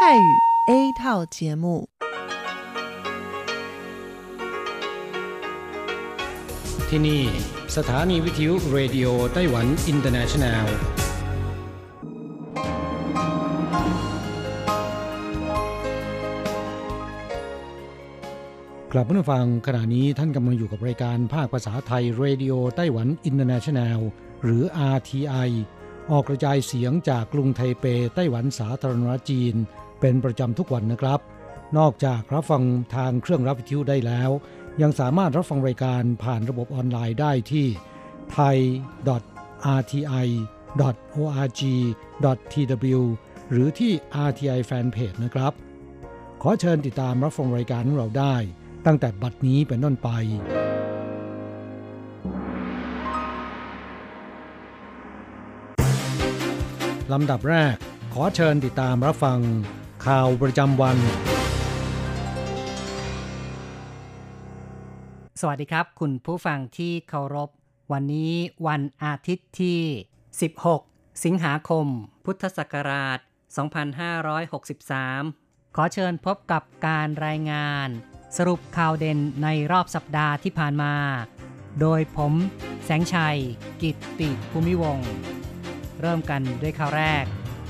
语 A 套节目。 ที่นี่สถานีวิทยุเรดิโอไต้หวันอินเตอร์เนชั่นแนลกลับมาฟังขณะนี้ท่านกำลังอยู่กับรายการภาคภาษาไทยเรดิโอไต้หวันอินเตอร์เนชั่นแนลหรือ RTI ออกกระจายเสียงจากกรุงไทเปไต้หวันสาธารณรัฐจีนเป็นประจำทุกวันนะครับนอกจากรับฟังทางเครื่องรับวิทยุได้แล้วยังสามารถรับฟังรายการผ่านระบบออนไลน์ได้ที่ thai.rti.org.tw หรือที่ RTI Fanpage นะครับขอเชิญติดตามรับฟังรายการของเราได้ตั้งแต่บัดนี้เป็นต้นไปลำดับแรกขอเชิญติดตามรับฟังข่าวประจำวันสวัสดีครับคุณผู้ฟังที่เคารพวันนี้วันอาทิตย์ที่16สิงหาคมพุทธศักราช2563ขอเชิญพบกับการรายงานสรุปข่าวเด่นในรอบสัปดาห์ที่ผ่านมาโดยผมแสงชัยกิตติภูมิวงศ์เริ่มกันด้วยข่าวแรก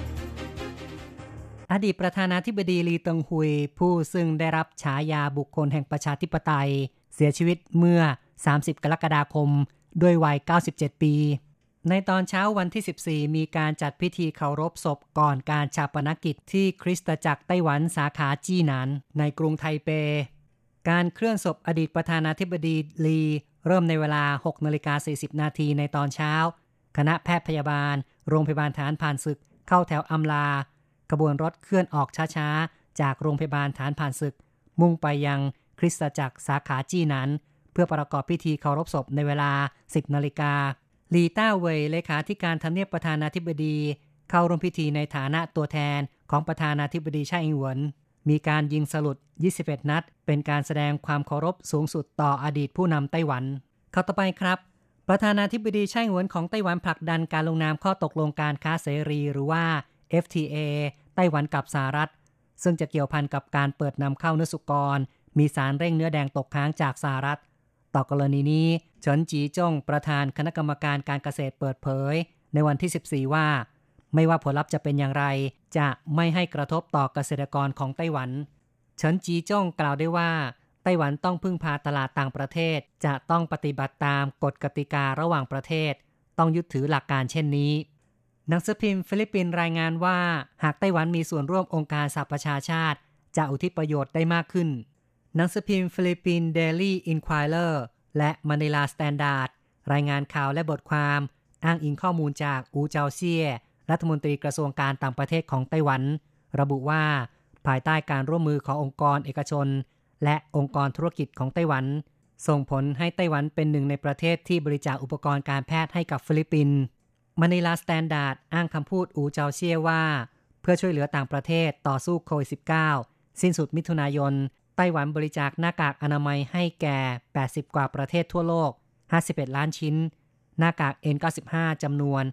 อดีตประธานาธิบดีลีเติงฮุยผู้ซึ่งได้รับฉายาบุคคลแห่งประชาธิปไตยเสียชีวิตเมื่อ30กรกฎาคมด้วยวัย97ปีในตอนเช้าวันที่14มีการจัดพิธีเคารพศพก่อนการฌาปนกิจที่คริสตจักรไต้หวันสาขาจี้หนานในกรุงไทเปการเคลื่อนศพอดีตประธานาธิบดีลีเริ่มในเวลา 6:40 นาทีในตอนเช้าคณะแพทย์พยาบาลโรงพยาบาลฐานผ่านศึกเข้าแถวอำลาขบวนรถเคลื่อนออกช้าๆจากโรงพยาบาลฐานผ่านศึกมุ่งไปยังคริสตจักรสาขาจี้หนานเพื่อประกอบพิธีเคารพศพในเวลา 10 นาฬิกาลีต้าเว่ยเลขาธิการทำเนียบประธานาธิบดีเข้าร่วมพิธีในฐานะตัวแทนของประธานาธิบดีไช่อิงเหวินมีการยิงสลุด21นัดเป็นการแสดงความเคารพสูงสุดต่ออดีตผู้นำไต้หวันเข้าต่อไปครับประธานาธิบดีไช่อิงเหวินของไต้หวันผลักดันการลงนามข้อตกลงการค้าเสรีหรือว่า FTA ไต้หวันกับสหรัฐซึ่งจะเกี่ยวพันกับการเปิดนำเข้าเนื้อสุกรมีสารเร่งเนื้อแดงตกค้างจากสหรัฐต่อกรณีนี้เฉินจีจ้งประธานคณะกรรมการการเกษตรเปิดเผยในวันที่14ว่าไม่ว่าผลลัพธ์จะเป็นอย่างไรจะไม่ให้กระทบต่อเกษตรกรของไต้หวันเฉินจีจ้งกล่าวได้ว่าไต้หวันต้องพึ่งพาตลาดต่างประเทศจะต้องปฏิบัติตามกฎกติการะหว่างประเทศต้องยึดถือหลักการเช่นนี้หนังสือพิมพ์ฟิลิปปินส์รายงานว่าหากไต้หวันมีส่วนร่วมองค์การสหประชาชาติจะอุทิศประโยชน์ได้มากขึ้นหนังสือพิมพ์ฟิลิปปินส์ Daily Inquirer และ Manila Standard รายงานข่าวและบทความอ้างอิงข้อมูลจากอูเจาเซี่ยรัฐมนตรีกระทรวงการต่างประเทศของไต้หวันระบุว่าภายใต้การร่วมมือขององค์กรเอกชนและองค์กรธุรกิจของไต้หวันส่งผลให้ไต้หวันเป็นหนึ่งในประเทศที่บริจาคอุปกรณ์การแพทย์ให้กับฟิลิปปินส์Manila Standard อ้างคำพูดอูเจาเซี่ยว่าเพื่อช่วยเหลือต่างประเทศต่อสู้โควิด -19 สิ้นสุดมิถุนายนไต้หวันบริจาคหน้ากากอนามัยให้แก่80กว่าประเทศทั่วโลก51ล้านชิ้นหน้ากาก N95 จำนวน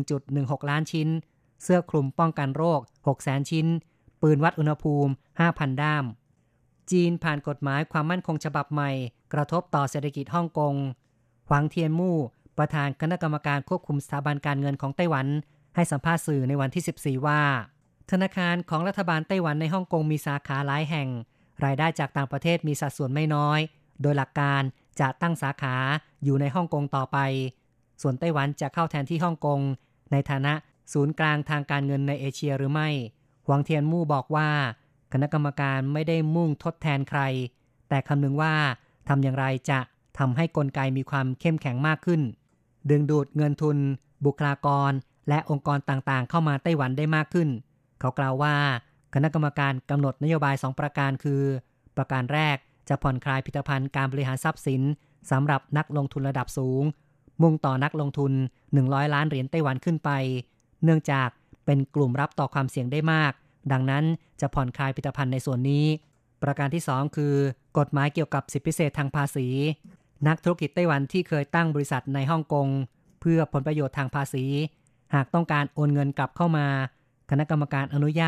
1.16 ล้านชิ้นเสื้อคลุมป้องกันโรค 600,000 ชิ้นปืนวัดอุณหภูมิ 5,000 ด้ามจีนผ่านกฎหมายความมั่นคงฉบับใหม่กระทบต่อเศรษฐกิจฮ่องกงหวังเทียนมู่ประธานคณะกรรมการควบคุมสถาบันการเงินของไต้หวันให้สัมภาษณ์สื่อในวันที่14ว่าธนาคารของรัฐบาลไต้หวันในฮ่องกงมีสาขาหลายแห่งรายได้จากต่างประเทศมีสัดส่วนไม่น้อยโดยหลักการจะตั้งสาขาอยู่ในฮ่องกงต่อไปส่วนไต้หวันจะเข้าแทนที่ฮ่องกงในฐานะศูนย์กลางทางการเงินในเอเชียหรือไม่หวังเทียนมู่บอกว่าคณะกรรมการไม่ได้มุ่งทดแทนใครแต่คำนึงว่าทำอย่างไรจะทำให้กลไกมีความเข้มแข็งมากขึ้นดึงดูดเงินทุนบุคลากรและองค์กรต่างๆเข้ามาไต้หวันได้มากขึ้นเขากล่าวว่าคณะกรรมการกำหนดนโยบาย2ประการคือประการแรกจะผ่อนคลายผลิตภัณฑ์การบริหารทรัพย์สินสำหรับนักลงทุนระดับสูงมุ่งต่อนักลงทุน100ล้านเหรียญไต้หวันขึ้นไปเนื่องจากเป็นกลุ่มรับต่อความเสี่ยงได้มากดังนั้นจะผ่อนคลายผลิตภัณฑ์ในส่วนนี้ประการที่2คือกฎหมายเกี่ยวกับสิทธิพิเศษทางภาษีนักธุรกิจไต้หวันที่เคยตั้งบริษัทในฮ่องกงเพื่อผลประโยชน์ทางภาษีหากต้องการโอนเงินกลับเข้ามาคณะกรรมการอนุญาต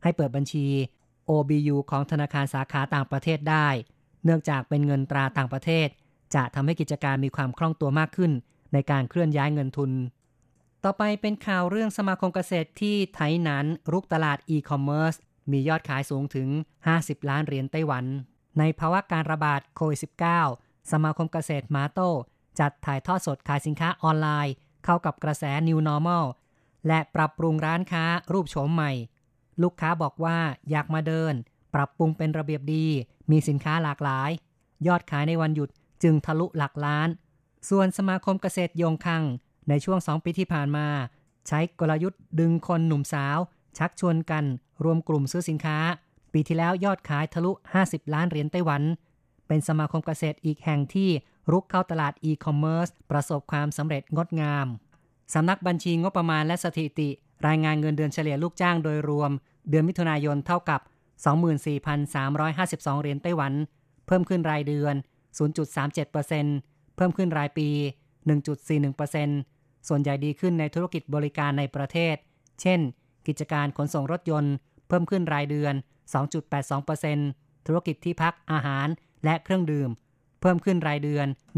ให้เปิดบัญชี OBU ของธนาคารสาขาต่างประเทศได้เนื่องจากเป็นเงินตราต่างประเทศจะทำให้กิจการมีความคล่องตัวมากขึ้นในการเคลื่อนย้ายเงินทุนต่อไปเป็นข่าวเรื่องสมาคมเกษตรที่ไถหนานรุกตลาดอีคอมเมิร์ซมียอดขายสูงถึง50ล้านเหรียญไต้หวันในภาวะการระบาดโควิด -19 สมาคมเกษตรมาโต้จัดถ่ายทอดสดขายสินค้าออนไลน์เข้ากับกระแส New Normal และปรับปรุงร้านค้ารูปโฉมใหม่ลูกค้าบอกว่าอยากมาเดินปรับปรุงเป็นระเบียบดีมีสินค้าหลากหลายยอดขายในวันหยุดจึงทะลุหลักล้านส่วนสมาคมเกษตรยงคังในช่วง2ปีที่ผ่านมาใช้กลยุทธ์ดึงคนหนุ่มสาวชักชวนกันรวมกลุ่มซื้อสินค้าปีที่แล้วยอดขายทะลุ50ล้านเหรียญไต้หวันเป็นสมาคมเกษตรอีกแห่งที่รุกเข้าตลาดอีคอมเมิร์ซประสบความสำเร็จงดงามสำนักบัญชีงบประมาณและสถิติรายงานเงินเดือนเฉลี่ยลูกจ้างโดยรวมเดือนมิถุนายนเท่ากับ 24,352 เหรียญไต้หวันเพิ่มขึ้นรายเดือน 0.37% เพิ่มขึ้นรายปี 1.41% ส่วนใหญ่ดีขึ้นในธุรกิจบริการในประเทศเช่นกิจการขนส่งรถยนต์เพิ่มขึ้นรายเดือน 2.82% ธุรกิจที่พักอาหารและเครื่องดื่มเพิ่มขึ้นรายเดือน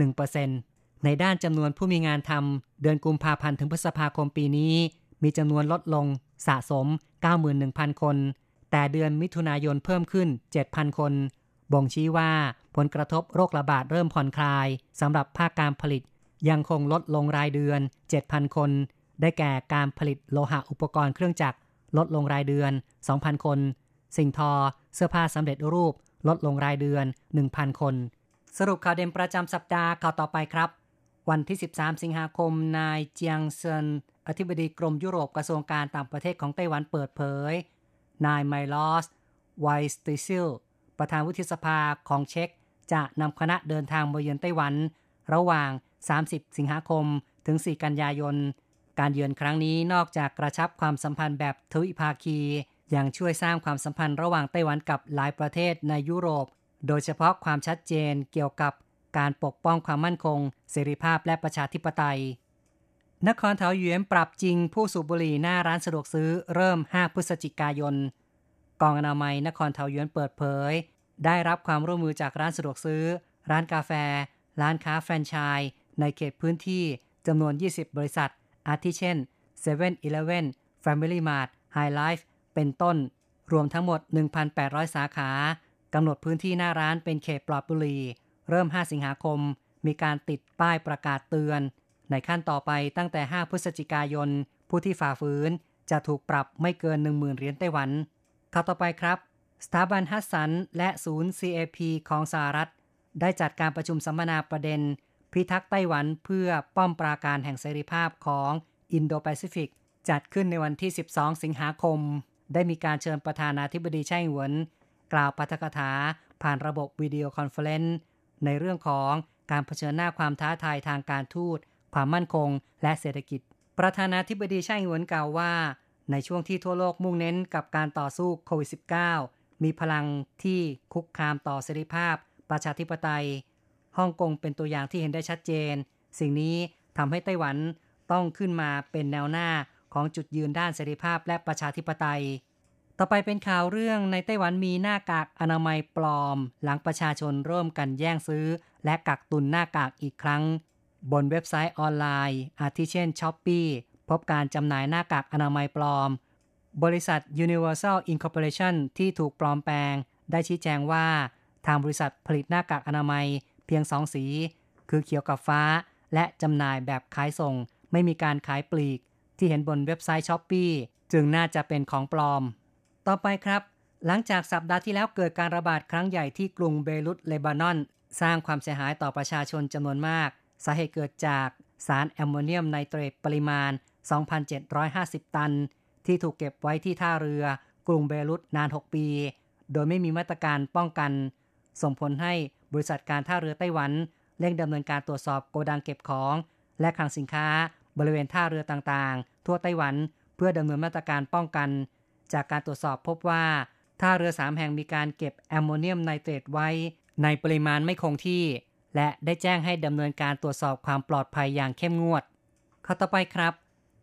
1% ในด้านจำนวนผู้มีงานทำเดือนกุมภาพันธ์ถึงพฤษภาคมปีนี้มีจำนวนลดลงสะสม 91,000 คนแต่เดือนมิถุนายนเพิ่มขึ้น 7,000 คนบ่งชี้ว่าผลกระทบโรคระบาดเริ่มผ่อนคลายสำหรับภาคการผลิตยังคงลดลงรายเดือน 7,000 คนได้แก่การผลิตโลหะอุปกรณ์เครื่องจักรลดลงรายเดือน 2,000 คนสิ่งทอเสื้อผ้าสำเร็จรูปลดลงรายเดือน 1,000 คนสรุปข่าวเด่นประจำสัปดาห์ข่าวต่อไปครับวันที่13สิงหาคมนายเจียงเซินอธิบดีกรมยุโรปกระทรวงการต่างประเทศของไต้หวันเปิดเผยนายไมลอสไวสติซิลประธานวุฒิสภาของเช็กจะนำคณะเดินทางมาเยือนไต้หวันระหว่าง30สิงหาคมถึง4กันยายนการเยือนครั้งนี้นอกจากกระชับความสัมพันธ์แบบทวิภาคียังช่วยสร้างความสัมพันธ์ระหว่างไต้หวันกับหลายประเทศในยุโรปโดยเฉพาะความชัดเจนเกี่ยวกับการปกป้องความมั่นคงเสรีภาพและประชาธิปไตยนครเถาหยวนปรับจริงผู้สูบบุหรี่หน้าร้านสะดวกซื้อเริ่ม5พฤศจิกายนกองอนามัยนครเถาหยวนเปิดเผยได้รับความร่วมมือจากร้านสะดวกซื้อร้านกาแฟร้านค้าแฟรนไชส์ในเขตพื้นที่จำนวน20บริษัทอาทิเช่น 7-Eleven Family Mart High Life เป็นต้นรวมทั้งหมด 1,800 สาขากำหนดพื้นที่หน้าร้านเป็นเขตปลอดบุหรี่เริ่ม5สิงหาคมมีการติดป้ายประกาศเตือนในขั้นต่อไปตั้งแต่5พฤศจิกายนผู้ที่ฝ่าฝืนจะถูกปรับไม่เกิน 10,000 เหรียญไต้หวันข่าวต่อไปครับสถาบันฮัสสันและศูนย์ CAP ของสหรัฐได้จัดการประชุมสัมมนาประเด็นพิทักษ์ไต้หวันเพื่อป้อมปราการแห่งเสรีภาพของอินโดแปซิฟิกจัดขึ้นในวันที่12สิงหาคมได้มีการเชิญประธานาธิบดีไช่อิงเหวินกล่าวปาฐกถาผ่านระบบวิดีโอคอนเฟอเรนซ์ในเรื่องของการเผชิญหน้าความท้าทายทางการทูตความมั่นคงและเศรษฐกิจประธานาธิบดีไช่อิงเหวินกล่าวว่าในช่วงที่ทั่วโลกมุ่งเน้นกับการต่อสู้โควิด -19 มีพลังที่คุกคามต่อเสรีภาพประชาธิปไตยฮ่องกงเป็นตัวอย่างที่เห็นได้ชัดเจนสิ่งนี้ทำให้ไต้หวันต้องขึ้นมาเป็นแนวหน้าของจุดยืนด้านเสรีภาพและประชาธิปไตยต่อไปเป็นข่าวเรื่องในไต้หวันมีหน้ากากอนามัยปลอมหลังประชาชนร่วมกันแย่งซื้อและกักตุนหน้ากากอีกครั้งบนเว็บไซต์ออนไลน์อาทิเช่น Shopee พบการจำหน่ายหน้ากากอนามัยปลอมบริษัท Universal Incorporation ที่ถูกปลอมแปลงได้ชี้แจงว่าทางบริษัทผลิตหน้ากากอนามัยเพียง2สีคือเขียวกับฟ้าและจำหน่ายแบบขายส่งไม่มีการขายปลีกที่เห็นบนเว็บไซต์ Shopee จึงน่าจะเป็นของปลอมต่อไปครับหลังจากสัปดาห์ที่แล้วเกิดการระบาดครั้งใหญ่ที่กรุงเบรุตเลบานอนสร้างความเสียหายต่อประชาชนจำนวนมากสาเหตุเกิดจากสารแอมโมเนียมไนเตรตปริมาณ 2,750 ตันที่ถูกเก็บไว้ที่ท่าเรือกรุงเบรุตนาน6ปีโดยไม่มีมาตรการป้องกันส่งผลให้บริษัทการท่าเรือไต้หวันเร่งดำเนินการตรวจสอบโกดังเก็บของและคลังสินค้าบริเวณท่าเรือต่างๆทั่วไต้หวันเพื่อดำเนินมาตรการป้องกันจากการตรวจสอบพบว่าท่าเรือ3แห่งมีการเก็บแอมโมเนียมไนเตรตไว้ในปริมาณไม่คงที่และได้แจ้งให้ดำเนินการตรวจสอบความปลอดภัยอย่างเข้มงวดข้อต่อไปครับ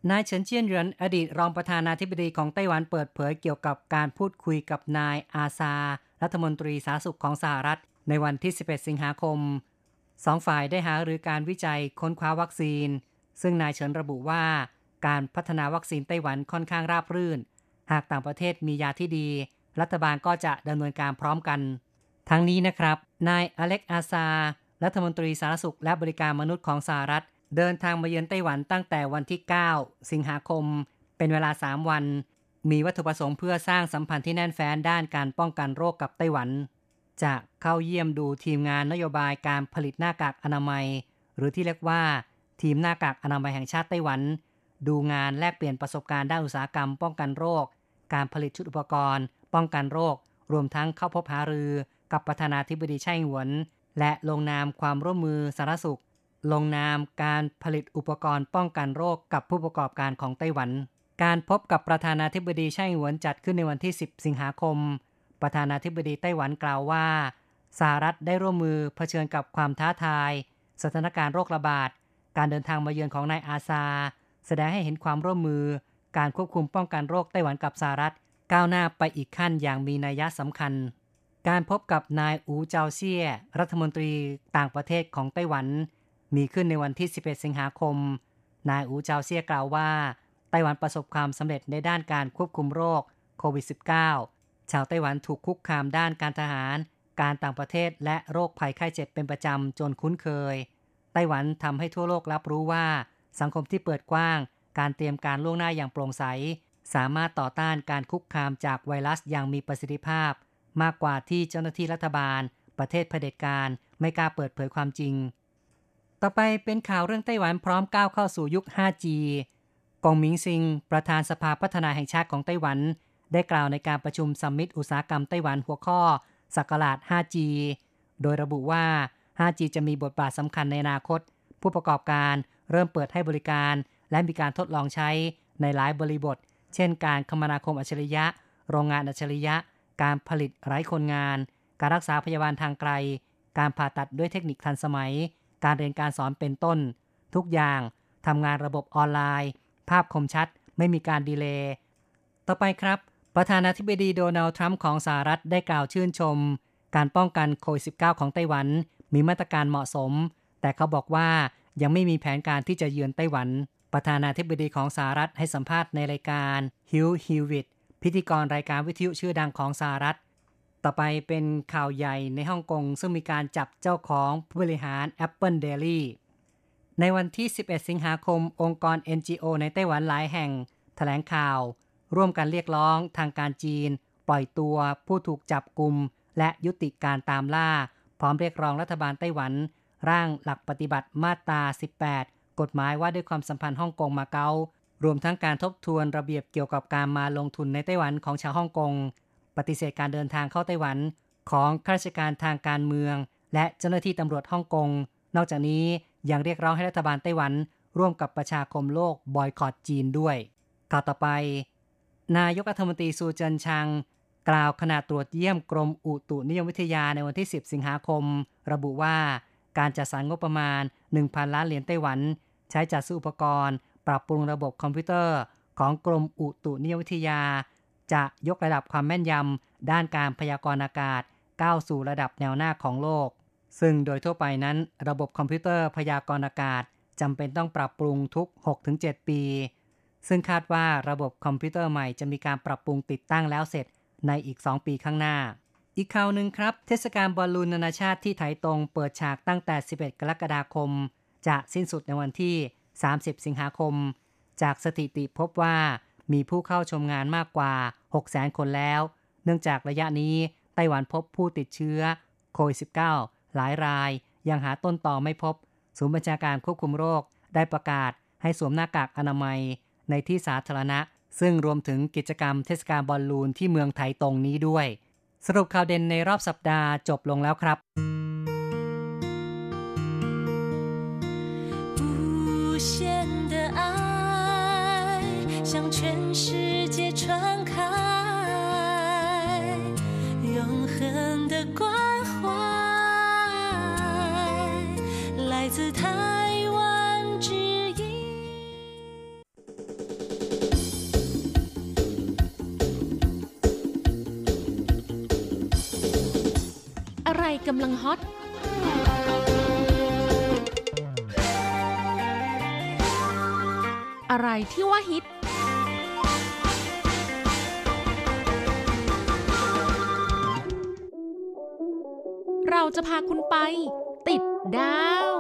นายเฉินเจี้ยนเหรินอดีตรองประธานาธิบดีของไต้หวันเปิดเผยเกี่ยวกับการพูดคุยกับนายอาซารัฐมนตรีสาธารณสุขของสหรัฐในวันที่11สิงหาคมสองฝ่ายได้หารือการวิจัยค้นคว้าวัคซีนซึ่งนายเฉินระบุว่าการพัฒนาวัคซีนไต้หวันค่อนข้างราบรื่นหากต่างประเทศมียาที่ดีรัฐบาลก็จะดำเนินการพร้อมกันทั้งนี้นะครับนายอเล็กอาซารัฐมนตรีสาธารณสุขและบริการมนุษย์ของสหรัฐเดินทางมาเยือนไต้หวันตั้งแต่วันที่9สิงหาคมเป็นเวลา3วันมีวัตถุประสงค์เพื่อสร้างสัมพันธ์ที่แน่นแฟ้นด้านการป้องกันโรคกับไต้หวันจะเข้าเยี่ยมดูทีมงานนโยบายการผลิตหน้ากากอนามัยหรือที่เรียกว่าทีมหน้ากากอนามัยแห่งชาติไต้หวันดูงานแลกเปลี่ยนประสบการณ์ด้านอุตสาหกรรมป้องกันโรคการผลิตชุดอุปกรณ์ป้องกันโรครวมทั้งเข้าพบหารือกับประธานาธิบดีไช่อิงเหวินและลงนามความร่วมมือสาธารณสุขลงนามการผลิตอุปกรณ์ป้องกันโรคกับผู้ประกอบการของไต้หวันการพบกับประธานาธิบดีไช่อิงเหวินจัดขึ้นในวันที่10สิงหาคมประธานาธิบดีไต้หวันกล่าวว่าสหรัฐได้ร่วมมือเผชิญกับความท้าทายสถานการณ์โรคระบาดการเดินทางมาเยือนของนายอาซาแสดงให้เห็นความร่วมมือการควบคุมป้องกันโรคไต้หวันกับสหรัฐก้าวหน้าไปอีกขั้นอย่างมีนัยสำคัญการพบกับนายอูเจาเซี่ยรัฐมนตรีต่างประเทศของไต้หวันมีขึ้นในวันที่11สิงหาคมนายอูเจาเซี่ยกล่าวว่าไต้หวันประสบความสำเร็จในด้านการควบคุมโรคโควิด -19 ชาวไต้หวันถูกคุกคามด้านการทหารการต่างประเทศและโรคภัยไข้เจ็บเป็นประจำจนคุ้นเคยไต้หวันทำให้ทั่วโลกรับรู้ว่าสังคมที่เปิดกว้างการเตรียมการล่วงหน้าอย่างโปร่งใสสามารถต่อต้านการคุกคามจากไวรัสอย่างมีประสิทธิภาพมากกว่าที่เจ้าหน้าที่รัฐบาลประเทศเผด็จการไม่กล้าเปิดเผยความจริงต่อไปเป็นข่าวเรื่องไต้หวันพร้อมก้าวเข้าสู่ยุค 5G กงหมิงซิงประธานสภาพัฒนาแห่งชาติของไต้หวันได้กล่าวในการประชุมซัมมิตอุตสาหกรรมไต้หวันหัวข้อศักราช 5G โดยระบุว่า 5G จะมีบทบาทสำคัญในอนาคตผู้ประกอบการเริ่มเปิดให้บริการและมีการทดลองใช้ในหลายบริบทเช่นการคมนาคมอัจฉริยะโรงงานอัจฉริยะการผลิตไร้คนงานการรักษาพยาบาลทางไกลการผ่าตัดด้วยเทคนิคทันสมัยการเรียนการสอนเป็นต้นทุกอย่างทำงานระบบออนไลน์ภาพคมชัดไม่มีการดีเลย์ต่อไปครับประธานาธิบดีโดนัลด์ทรัมป์ของสหรัฐได้กล่าวชื่นชมการป้องกันโควิด -19 ของไต้หวันมีมาตรการเหมาะสมแต่เขาบอกว่ายังไม่มีแผนการที่จะเยือนไต้หวันประธานาธิบดีของสหรัฐให้สัมภาษณ์ในรายการฮิวฮิวิตพิธีกรรายการวิทยุชื่อดังของสหรัฐต่อไปเป็นข่าวใหญ่ในฮ่องกงซึ่งมีการจับเจ้าของผู้บริหาร Apple Daily ในวันที่11สิงหาคมองค์กร NGO ในไต้หวันหลายแห่งแถลงข่าวร่วมกันเรียกร้องทางการจีนปล่อยตัวผู้ถูกจับกุมและยุติการตามล่าพร้อมเรียกร้องรัฐบาลไต้หวันร่างหลักปฏิบัติมาตรา18กฎหมายว่าด้วยความสัมพันธ์ฮ่องกงมาเก๊ารวมทั้งการทบทวนระเบียบเกี่ยวกับการมาลงทุนในไต้หวันของชาวฮ่องกงปฏิเสธการเดินทางเข้าไต้หวันของข้าราชการทางการเมืองและเจ้าหน้าที่ตำรวจฮ่องกงนอกจากนี้ยังเรียกร้องให้รัฐบาลไต้หวันร่วมกับประชาคมโลกบอยคอตจีนด้วยข่าวต่อไปนายกรัฐมนตรีซูเจินชังกล่าวขณะตรวจเยี่ยมกรมอุตุนิยมวิทยาในวันที่10สิงหาคมระบุว่าการจัดสรรงบประมาณ 1,000 ล้านเหรียญไต้หวันใช้จัดซื้ออุปกรณ์ปรับปรุงระบบคอมพิวเตอร์ของกรมอุตุนิยมวิทยาจะยกระดับความแม่นยำด้านการพยากรณ์อากาศก้าวสู่ระดับแนวหน้าของโลกซึ่งโดยทั่วไปนั้นระบบคอมพิวเตอร์พยากรณ์อากาศจำเป็นต้องปรับปรุงทุก 6-7 ปีซึ่งคาดว่าระบบคอมพิวเตอร์ใหม่จะมีการปรับปรุงติดตั้งแล้วเสร็จในอีก2ปีข้างหน้าอีกข่าวหนึ่งครับเทศกาลบอลลูนนานาชาติที่ไถตงเปิดฉากตั้งแต่11กรกฎาคมจะสิ้นสุดในวันที่30สิงหาคมจากสถิติพบว่ามีผู้เข้าชมงานมากกว่า 600,000 คนแล้วเนื่องจากระยะนี้ไต้หวันพบผู้ติดเชื้อโควิด -19 หลายรายยังหาต้นตอไม่พบศูนย์บัญชาการควบคุมโรคได้ประกาศให้สวมหน้ากากอนามัยในที่สาธารณะซึ่งรวมถึงกิจกรรมเทศกาลบอลลูนที่เมืองไถตงนี้ด้วยสรุปข่าวเด่นในรอบสัปดาห์จบลงแล้วครับ向全世界传开永恒的关怀来自台湾之音กำลังฮอตอะไรที่ว่าฮิตเราจะพาคุณไปติดดาว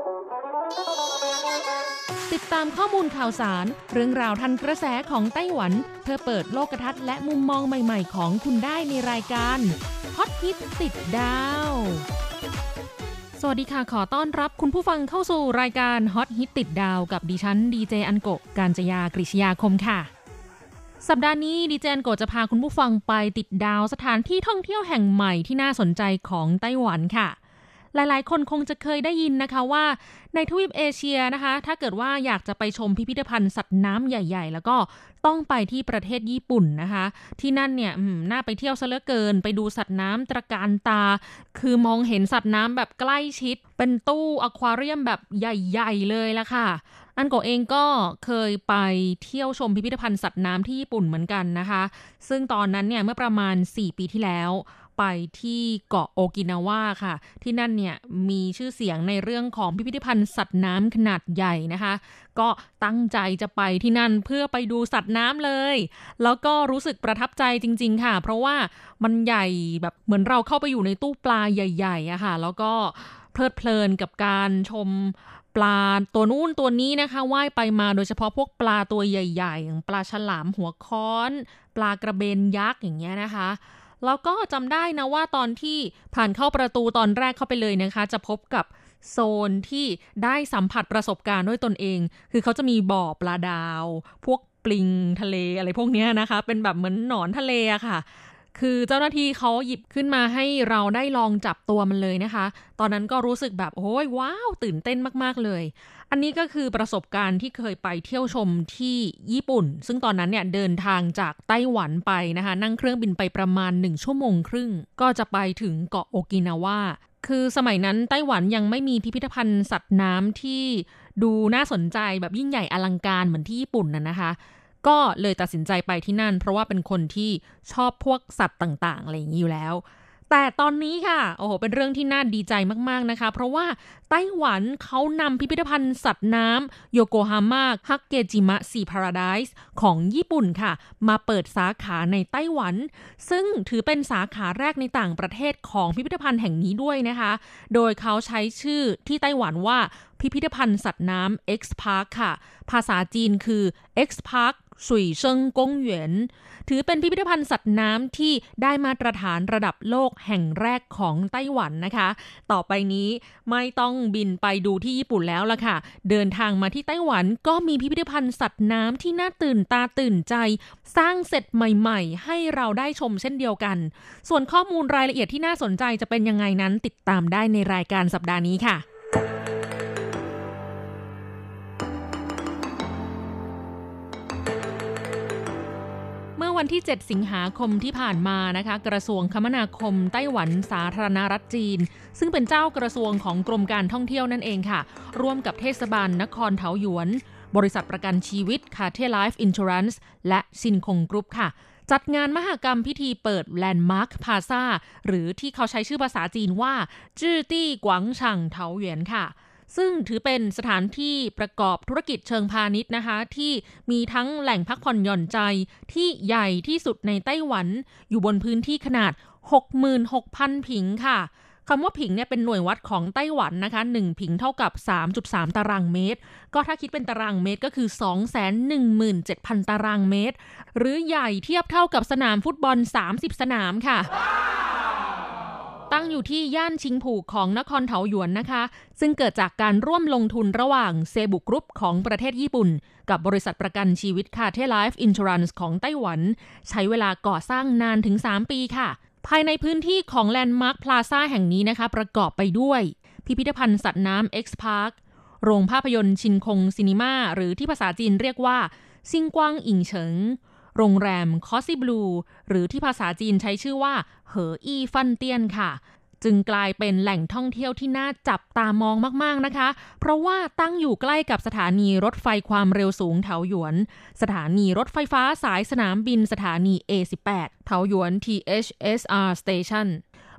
ติดตามข้อมูลข่าวสารเรื่องราวทันกระแสของไต้หวันเพื่อเปิดโลกทัศน์และมุมมองใหม่ๆของคุณได้ในรายการฮอตฮิตติดดาวสวัสดีค่ะขอต้อนรับคุณผู้ฟังเข้าสู่รายการฮอตฮิตติดดาวกับดิฉันดีเจอันโกะกาญจยากฤษยาคมค่ะสัปดาห์นี้ดีเจอันโกะจะพาคุณผู้ฟังไปติดดาวสถานที่ท่องเที่ยวแห่งใหม่ที่น่าสนใจของไต้หวันค่ะหลายๆคนคงจะเคยได้ยินนะคะว่าในทวีปเอเชียนะคะถ้าเกิดว่าอยากจะไปชมพิพิธภัณฑ์สัตว์น้ำใหญ่ๆแล้วก็ต้องไปที่ประเทศญี่ปุ่นนะคะที่นั่นเนี่ยน่าไปเที่ยวซะเหลือเกินไปดูสัตว์น้ำตระการตาคือมองเห็นสัตว์น้ำแบบใกล้ชิดเป็นตู้อควาเรียมแบบใหญ่ๆเลยละค่ะอันโกะเองก็เคยไปเที่ยวชมพิพิธภัณฑ์สัตว์น้ำที่ญี่ปุ่นเหมือนกันนะคะซึ่งตอนนั้นเนี่ยเมื่อประมาณ4ปีที่แล้วไปที่เกาะโอกินาวาค่ะที่นั่นเนี่ยมีชื่อเสียงในเรื่องของพิพิธภัณฑ์สัตว์น้ำขนาดใหญ่นะคะก็ตั้งใจจะไปที่นั่นเพื่อไปดูสัตว์น้ำเลยแล้วก็รู้สึกประทับใจจริงๆค่ะเพราะว่ามันใหญ่แบบเหมือนเราเข้าไปอยู่ในตู้ปลาใหญ่ๆอะค่ะแล้วก็เพลิดเพลินกับการชมปลาตัวนู้นตัวนี้นะคะว่ายไปมาโดยเฉพาะพวกปลาตัวใหญ่ๆอย่างปลาฉลามหัวค้อนปลากระเบนยักษ์อย่างเงี้ยนะคะแล้วก็จำได้นะว่าตอนที่ผ่านเข้าประตูตอนแรกเข้าไปเลยนะคะจะพบกับโซนที่ได้สัมผัสประสบการณ์ด้วยตนเองคือเขาจะมีบ่อปลาดาวพวกปลิงทะเลอะไรพวกนี้นะคะเป็นแบบเหมือนหนอนทะเลอะค่ะคือเจ้าหน้าที่เขาหยิบขึ้นมาให้เราได้ลองจับตัวมันเลยนะคะตอนนั้นก็รู้สึกแบบโอ้ยว้าวตื่นเต้นมากๆเลยอันนี้ก็คือประสบการณ์ที่เคยไปเที่ยวชมที่ญี่ปุ่นซึ่งตอนนั้นเนี่ยเดินทางจากไต้หวันไปนะคะนั่งเครื่องบินไปประมาณ1ชั่วโมงครึ่งก็จะไปถึงเกาะโอกินาวาคือสมัยนั้นไต้หวันยังไม่มีพิพิธภัณฑ์สัตว์น้ำที่ดูน่าสนใจแบบยิ่งใหญ่อลังการเหมือนที่ญี่ปุ่นนะคะก็เลยตัดสินใจไปที่นั่นเพราะว่าเป็นคนที่ชอบพวกสัตว์ต่างๆอะไรอย่างนี้อยู่แล้วแต่ตอนนี้ค่ะโอ้โหเป็นเรื่องที่น่าดีใจมากๆนะคะเพราะว่าไต้หวันเขานำพิพิธภัณฑ์สัตว์น้ำโยโกฮาม่าฮักเกจิมะซีพาราไดส์ของญี่ปุ่นค่ะมาเปิดสาขาในไต้หวันซึ่งถือเป็นสาขาแรกในต่างประเทศของพิพิธภัณฑ์แห่งนี้ด้วยนะคะโดยเขาใช้ชื่อที่ไต้หวันว่าพิพิธภัณฑ์สัตว์น้ำ X Park ค่ะภาษาจีนคือ X Parkสุยเซิงกงเหวียนถือเป็นพิพิธภัณฑ์สัตว์น้ำที่ได้มาตรฐานระดับโลกแห่งแรกของไต้หวันนะคะต่อไปนี้ไม่ต้องบินไปดูที่ญี่ปุ่นแล้วล่ะค่ะเดินทางมาที่ไต้หวันก็มีพิพิธภัณฑ์สัตว์น้ำที่น่าตื่นตาตื่นใจสร้างเสร็จใหม่ๆให้เราได้ชมเช่นเดียวกันส่วนข้อมูลรายละเอียดที่น่าสนใจจะเป็นยังไงนั้นติดตามได้ในรายการสัปดาห์นี้ค่ะเมื่อวันที่7สิงหาคมที่ผ่านมานะคะกระทรวงคมนาคมไต้หวันสาธารณรัฐจีนซึ่งเป็นเจ้ากระทรวงของกรมการท่องเที่ยวนั่นเองค่ะร่วมกับเทศบาลนครเถาหยวนบริษัทประกันชีวิตคาเทไลฟ์อินชัวรันซ์และซินคงกรุ๊ปค่ะจัดงานมหกรรมพิธีเปิดแลนด์มาร์คพลาซ่าหรือที่เขาใช้ชื่อภาษาจีนว่าจื้อตี้กวางฉ่างเถาหยวนค่ะซึ่งถือเป็นสถานที่ประกอบธุรกิจเชิงพาณิชย์นะคะที่มีทั้งแหล่งพักผ่อนหย่อนใจที่ใหญ่ที่สุดในไต้หวันอยู่บนพื้นที่ขนาด 66,000 ผิงค่ะคำว่าผิงเนี่ยเป็นหน่วยวัดของไต้หวันนะคะ1ผิงเท่ากับ 3.3 ตารางเมตรก็ถ้าคิดเป็นตารางเมตรก็คือ 217,000 ตารางเมตรหรือใหญ่เทียบเท่ากับสนามฟุตบอล30สนามค่ะตั้งอยู่ที่ย่านชิงผูของนครเถาหยวนนะคะซึ่งเกิดจากการร่วมลงทุนระหว่างเซบุกรุ๊ปของประเทศญี่ปุ่นกับบริษัทประกันชีวิตคาเทไลฟ์อินชัวรันซ์ของไต้หวันใช้เวลาก่อสร้างนานถึง3ปีค่ะภายในพื้นที่ของแลนด์มาร์คพลาซ่าแห่งนี้นะคะประกอบไปด้วยพิพิธภัณฑ์สัตว์น้ำ X Park โรงภาพยนตร์ชินคงซินิม่าหรือที่ภาษาจีนเรียกว่าซิงกวางอิงเฉิงโรงแรมคอสซี่บลูหรือที่ภาษาจีนใช้ชื่อว่าเหออี้ฟันเตี้ยนค่ะจึงกลายเป็นแหล่งท่องเที่ยวที่น่าจับตามองมากๆนะคะเพราะว่าตั้งอยู่ใกล้กับสถานีรถไฟความเร็วสูงเถาหยวนสถานีรถไฟฟ้าสายสนามบินสถานี A18 เถาหยวน THSR Station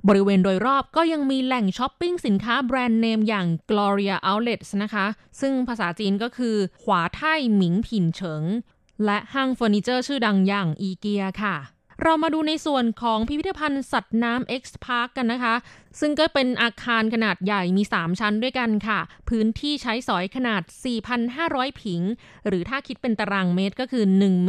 บริเวณโดยรอบก็ยังมีแหล่งช้อปปิ้งสินค้าแบรนด์เนมอย่าง Gloria Outlets นะคะซึ่งภาษาจีนก็คือขวาไท่หมิงผินเฉิงและห้างเฟอร์นิเจอร์ชื่อดังอย่างอีเกียค่ะเรามาดูในส่วนของพิพิธภัณฑ์สัตว์น้ำ X Park กันนะคะซึ่งก็เป็นอาคารขนาดใหญ่มี3ชั้นด้วยกันค่ะพื้นที่ใช้สอยขนาด 4,500 ผิงหรือถ้าคิดเป็นตารางเมตรก็คือ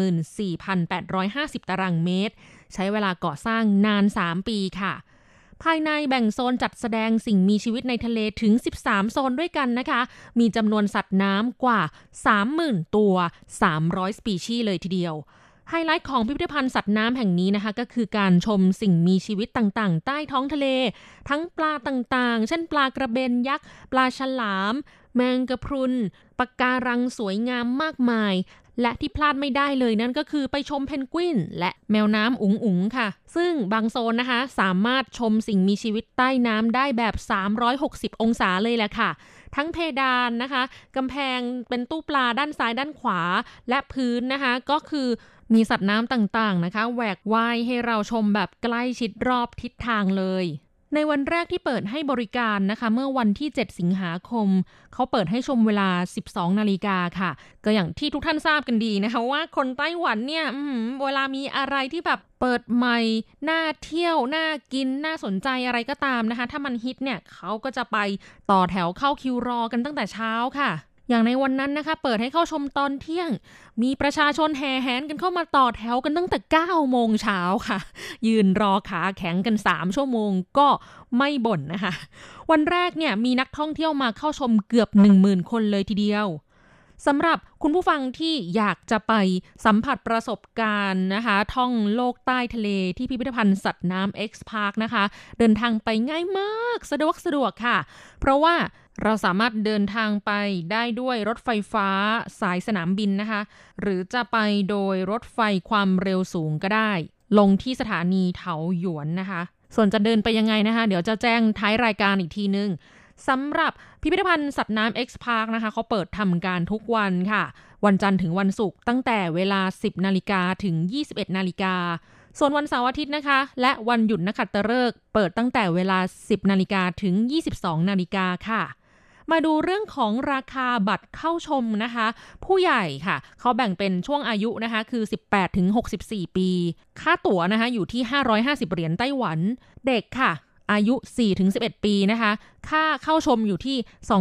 14,850 ตารางเมตรใช้เวลาก่อสร้างนาน3ปีค่ะภายในแบ่งโซนจัดแสดงสิ่งมีชีวิตในทะเลถึง13โซนด้วยกันนะคะมีจำนวนสัตว์น้ำกว่า 30,000 ตัว300สปีชีส์เลยทีเดียวไฮไลท์ของพิพิธภัณฑ์สัตว์น้ำแห่งนี้นะคะก็คือการชมสิ่งมีชีวิตต่างๆใต้ท้องทะเลทั้งปลาต่างๆเช่นปลากระเบนยักษ์ปลาฉลามแมงกะพรุนปะการังสวยงามมากมายและที่พลาดไม่ได้เลยนั่นก็คือไปชมเพนกวินและแมวน้ำอุ๋งๆค่ะซึ่งบางโซนนะคะสามารถชมสิ่งมีชีวิตใต้น้ำได้แบบ360องศาเลยแหละค่ะทั้งเพดานนะคะกำแพงเป็นตู้ปลาด้านซ้ายด้านขวาและพื้นนะคะก็คือมีสัตว์น้ำต่างๆนะคะแหวกว่ายให้เราชมแบบใกล้ชิดรอบทิศทางเลยในวันแรกที่เปิดให้บริการนะคะเมื่อวันที่7สิงหาคมเขาเปิดให้ชมเวลา 12 นาฬิกาค่ะก็อย่างที่ทุกท่านทราบกันดีนะคะว่าคนไต้หวันเนี่ยเวลามีอะไรที่แบบเปิดใหม่น่าเที่ยวน่ากินน่าสนใจอะไรก็ตามนะคะถ้ามันฮิตเนี่ยเขาก็จะไปต่อแถวเข้าคิวรอกันตั้งแต่เช้าค่ะอย่างในวันนั้นนะคะเปิดให้เข้าชมตอนเที่ยงมีประชาชนแห่แหนกันเข้ามาต่อแถวกันตั้งแต่ 9 โมงเช้าค่ะยืนรอขาแข็งกัน3ชั่วโมงก็ไม่บ่นนะคะวันแรกเนี่ยมีนักท่องเที่ยวมาเข้าชมเกือบ 10,000 คนเลยทีเดียวสำหรับคุณผู้ฟังที่อยากจะไปสัมผัสประสบการณ์นะคะท่องโลกใต้ทะเลที่พิพิธภัณฑ์สัตว์น้ำ X Park นะคะเดินทางไปง่ายมากสะดวกค่ะเพราะว่าเราสามารถเดินทางไปได้ด้วยรถไฟฟ้าสายสนามบินนะคะหรือจะไปโดยรถไฟความเร็วสูงก็ได้ลงที่สถานีเถาหยวนนะคะส่วนจะเดินไปยังไงนะคะเดี๋ยวจะแจ้งท้ายรายการอีกทีนึงสำหรับพิพิธภัณฑ์สัตว์น้ำ X Park นะคะเขาเปิดทำการทุกวันค่ะวันจันทร์ถึงวันศุกร์ตั้งแต่เวลา 10 นาฬิกาถึง 21 นาฬิกาส่วนวันเสาร์อาทิตย์นะคะและวันหยุดนักขัตฤกษ์เปิดตั้งแต่เวลา 10 นาฬิกาถึง 22 นาฬิกาค่ะมาดูเรื่องของราคาบัตรเข้าชมนะคะผู้ใหญ่ค่ะเขาแบ่งเป็นช่วงอายุนะคะคือ18ถึง64ปีค่าตั๋วนะคะอยู่ที่550เหรียญไต้หวันเด็กค่ะอายุ 4-11 ปีนะคะค่าเข้าชมอยู่ที่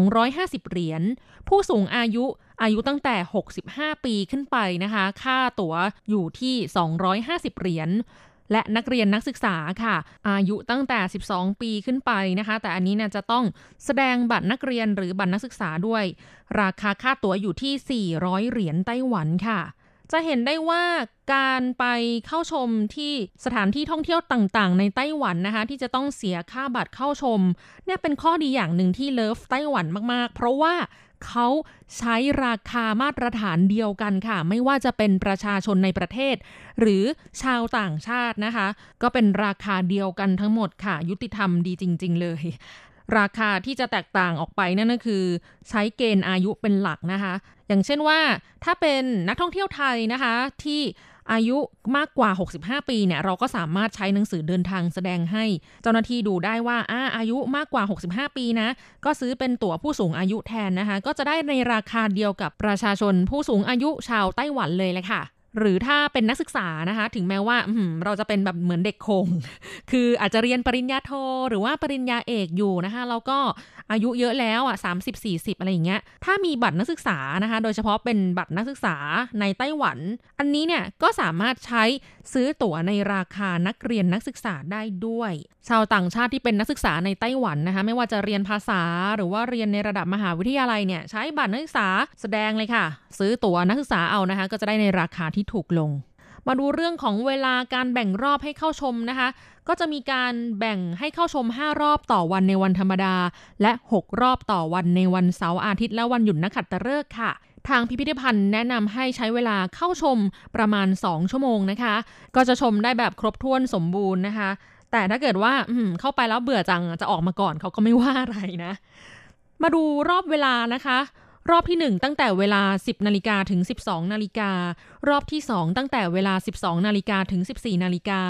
250เหรียญผู้สูงอายุตั้งแต่65ปีขึ้นไปนะคะค่าตั๋วอยู่ที่250เหรียญและนักเรียนนักศึกษาค่ะอายุตั้งแต่12ปีขึ้นไปนะคะแต่อันนี้เนี่ยจะต้องแสดงบัตรนักเรียนหรือบัตรนักศึกษาด้วยราคาค่าตั๋วอยู่ที่400เหรียญไต้หวันค่ะจะเห็นได้ว่าการไปเข้าชมที่สถานที่ท่องเที่ยวต่างๆในไต้หวันนะคะที่จะต้องเสียค่าบัตรเข้าชมเนี่ยเป็นข้อดีอย่างหนึ่งที่เลิฟไต้หวันมากๆเพราะว่าเขาใช้ราคามาตรฐานเดียวกันค่ะไม่ว่าจะเป็นประชาชนในประเทศหรือชาวต่างชาตินะคะก็เป็นราคาเดียวกันทั้งหมดค่ะยุติธรรมดีจริงๆเลยราคาที่จะแตกต่างออกไปนั่นก็คือใช้เกณฑ์อายุเป็นหลักนะคะอย่างเช่นว่าถ้าเป็นนักท่องเที่ยวไทยนะคะที่อายุมากกว่า65ปีเนี่ยเราก็สามารถใช้หนังสือเดินทางแสดงให้เจ้าหน้าที่ดูได้ว่าอายุมากกว่า65ปีนะก็ซื้อเป็นตั๋วผู้สูงอายุแทนนะคะก็จะได้ในราคาเดียวกับประชาชนผู้สูงอายุชาวไต้หวันเลยแหละค่ะหรือถ้าเป็นนักศึกษานะคะถึงแม้ว่าเราจะเป็นแบบเหมือนเด็กคงคืออาจจะเรียนปริญญาโทหรือว่าปริญญาเอกอยู่นะคะแล้วก็อายุเยอะแล้ว30-40อะไรอย่างเงี้ยถ้ามีบัตรนักศึกษานะคะโดยเฉพาะเป็นบัตรนักศึกษาในไต้หวันอันนี้เนี่ยก็สามารถใช้ซื้อตั๋วในราคานักเรียนนักศึกษาได้ด้วยชาวต่างชาติที่เป็นนักศึกษาในไต้หวันนะคะไม่ว่าจะเรียนภาษาหรือว่าเรียนในระดับมหาวิทยาลัยเนี่ยใช้บัตรนักศึกษาแสดงเลยค่ะซื้อตั๋วนักศึกษาเอานะคะก็จะได้ในราคาที่ถูกลงมาดูเรื่องของเวลาการแบ่งรอบให้เข้าชมนะคะก็จะมีการแบ่งให้เข้าชม5รอบต่อวันในวันธรรมดาและ6รอบต่อวันในวันเสาร์อาทิตย์และวันหยุดนักขัตฤกษ์ค่ะทางพิพิธภัณฑ์แนะนำให้ใช้เวลาเข้าชมประมาณ2ชั่วโมงนะคะก็จะชมได้แบบครบถ้วนสมบูรณ์นะคะแต่ถ้าเกิดว่าเข้าไปแล้วเบื่อจังจะออกมาก่อนเขาก็ไม่ว่าอะไรนะมาดูรอบเวลานะคะรอบที่1ตั้งแต่เวลา 10 นาฬิกาถึง 12 นาฬิการอบที่2ตั้งแต่เวลา 12 นาฬิกาถึง 14 นาฬิกา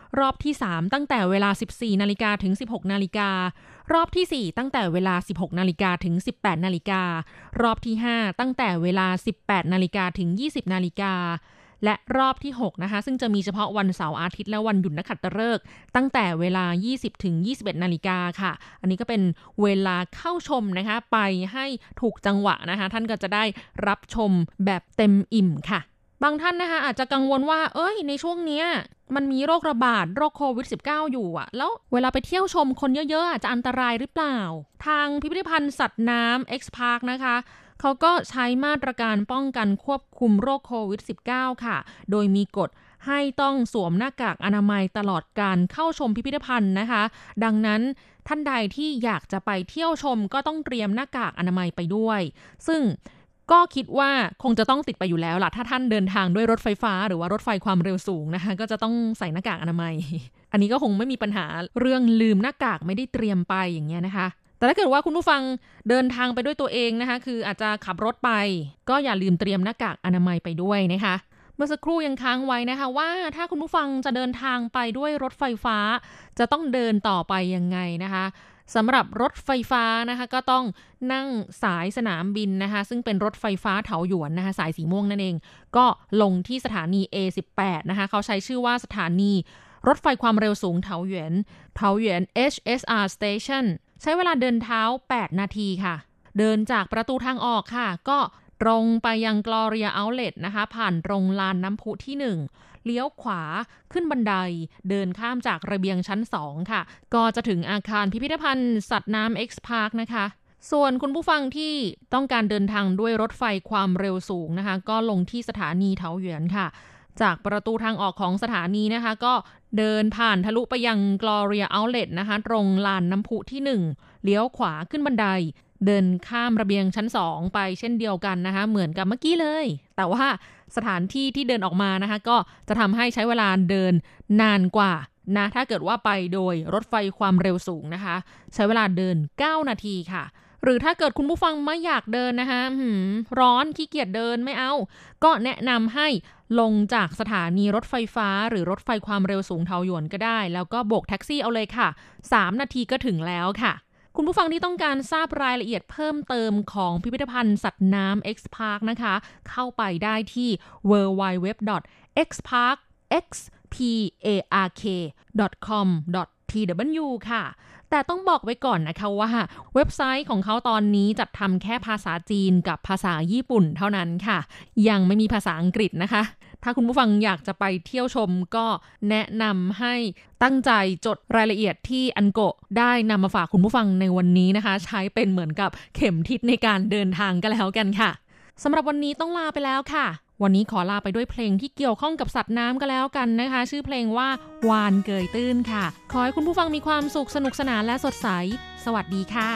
รอบที่3ตั้งแต่เวลา 14 นาฬิกาถึง 16 นาฬิการอบที่4ตั้งแต่เวลา 16 นาฬิกาถึง 18 นาฬิการอบที่5ตั้งแต่เวลา 18 นาฬิกาถึง 20 นาฬิกาและรอบที่6นะคะซึ่งจะมีเฉพาะวันเสาร์อาทิตย์และวันหยุดนักขัตฤกษ์ตั้งแต่เวลา 20 ถึง 21 นาฬิกาค่ะอันนี้ก็เป็นเวลาเข้าชมนะคะไปให้ถูกจังหวะนะคะท่านก็จะได้รับชมแบบเต็มอิ่มค่ะบางท่านนะคะอาจจะกังวลว่าในช่วงนี้มันมีโรคระบาดโรคโควิด -19 อยู่อ่ะแล้วเวลาไปเที่ยวชมคนเยอะๆจะอันตรายหรือเปล่าทางพิพิธภัณฑ์สัตว์น้ำ X Park นะคะเขาก็ใช้มาตรการป้องกันควบคุมโรคโควิด -19 ค่ะโดยมีกฎให้ต้องสวมหน้ากากอนามัยตลอดการเข้าชมพิพิธภัณฑ์นะคะดังนั้นท่านใดที่อยากจะไปเที่ยวชมก็ต้องเตรียมหน้ากากอนามัยไปด้วยซึ่งก็คิดว่าคงจะต้องติดไปอยู่แล้วล่ะถ้าท่านเดินทางด้วยรถไฟฟ้าหรือว่ารถไฟความเร็วสูงนะคะก็จะต้องใส่หน้ากากอนามัยอันนี้ก็คงไม่มีปัญหาเรื่องลืมหน้ากากไม่ได้เตรียมไปอย่างเงี้ยนะคะแต่ถ้าเกิดว่าคุณผู้ฟังเดินทางไปด้วยตัวเองนะคะคืออาจจะขับรถไปก็อย่าลืมเตรียมหน้ากากอนามัยไปด้วยนะคะเมื่อสักครู่ยังค้างไว้นะคะว่าถ้าคุณผู้ฟังจะเดินทางไปด้วยรถไฟฟ้าจะต้องเดินต่อไปยังไงนะคะสำหรับรถไฟฟ้านะคะก็ต้องนั่งสายสนามบินนะคะซึ่งเป็นรถไฟฟ้าเถาหยวนนะคะสายสีม่วงนั่นเองก็ลงที่สถานี A18 นะคะเขาใช้ชื่อว่าสถานีรถไฟความเร็วสูงเถาหยวน HSR Station ใช้เวลาเดินเท้า8นาทีค่ะเดินจากประตูทางออกค่ะก็ตรงไปยัง Gloria Outlet นะคะผ่านตรงลานน้ำพุที่1เลี้ยวขวาขึ้นบันไดเดินข้ามจากระเบียงชั้น2ค่ะก็จะถึงอาคารพิพิธภัณฑ์สัตว์น้ำ X Park นะคะส่วนคุณผู้ฟังที่ต้องการเดินทางด้วยรถไฟความเร็วสูงนะคะก็ลงที่สถานีเถาหยวนค่ะจากประตูทางออกของสถานีนะคะก็เดินผ่านทะลุไปยัง Gloria Outlet นะคะตรงลานน้ำพุที่1เลี้ยวขวาขึ้นบันไดเดินข้ามระเบียงชั้น2ไปเช่นเดียวกันนะคะเหมือนกับเมื่อกี้เลยแต่ว่าสถานที่ที่เดินออกมานะคะก็จะทำให้ใช้เวลาเดินนานกว่านะถ้าเกิดว่าไปโดยรถไฟความเร็วสูงนะคะใช้เวลาเดิน9นาทีค่ะหรือถ้าเกิดคุณผู้ฟังไม่อยากเดินนะคะร้อนขี้เกียจเดินไม่เอาก็แนะนำให้ลงจากสถานีรถไฟฟ้าหรือรถไฟความเร็วสูงเถาหยวนก็ได้แล้วก็โบกแท็กซี่เอาเลยค่ะ3นาทีก็ถึงแล้วค่ะคุณผู้ฟังที่ต้องการทราบรายละเอียดเพิ่มเติมของพิพิธภัณฑ์สัตว์น้ำ X Park นะคะเข้าไปได้ที่ www.xpark.com.tw ค่ะแต่ต้องบอกไว้ก่อนนะคะว่าเว็บไซต์ของเขาตอนนี้จัดทำแค่ภาษาจีนกับภาษาญี่ปุ่นเท่านั้นค่ะยังไม่มีภาษาอังกฤษนะคะถ้าคุณผู้ฟังอยากจะไปเที่ยวชมก็แนะนำให้ตั้งใจจดรายละเอียดที่อันโกะได้นำมาฝากคุณผู้ฟังในวันนี้นะคะใช้เป็นเหมือนกับเข็มทิศในการเดินทางกันแล้วกันค่ะสำหรับวันนี้ต้องลาไปแล้วค่ะวันนี้ขอลาไปด้วยเพลงที่เกี่ยวข้องกับสัตว์น้ำก็แล้วกันนะคะชื่อเพลงว่าวานเกยตื้นค่ะขอให้คุณผู้ฟังมีความสุขสนุกสนานและสดใสสวัสดีค่ะ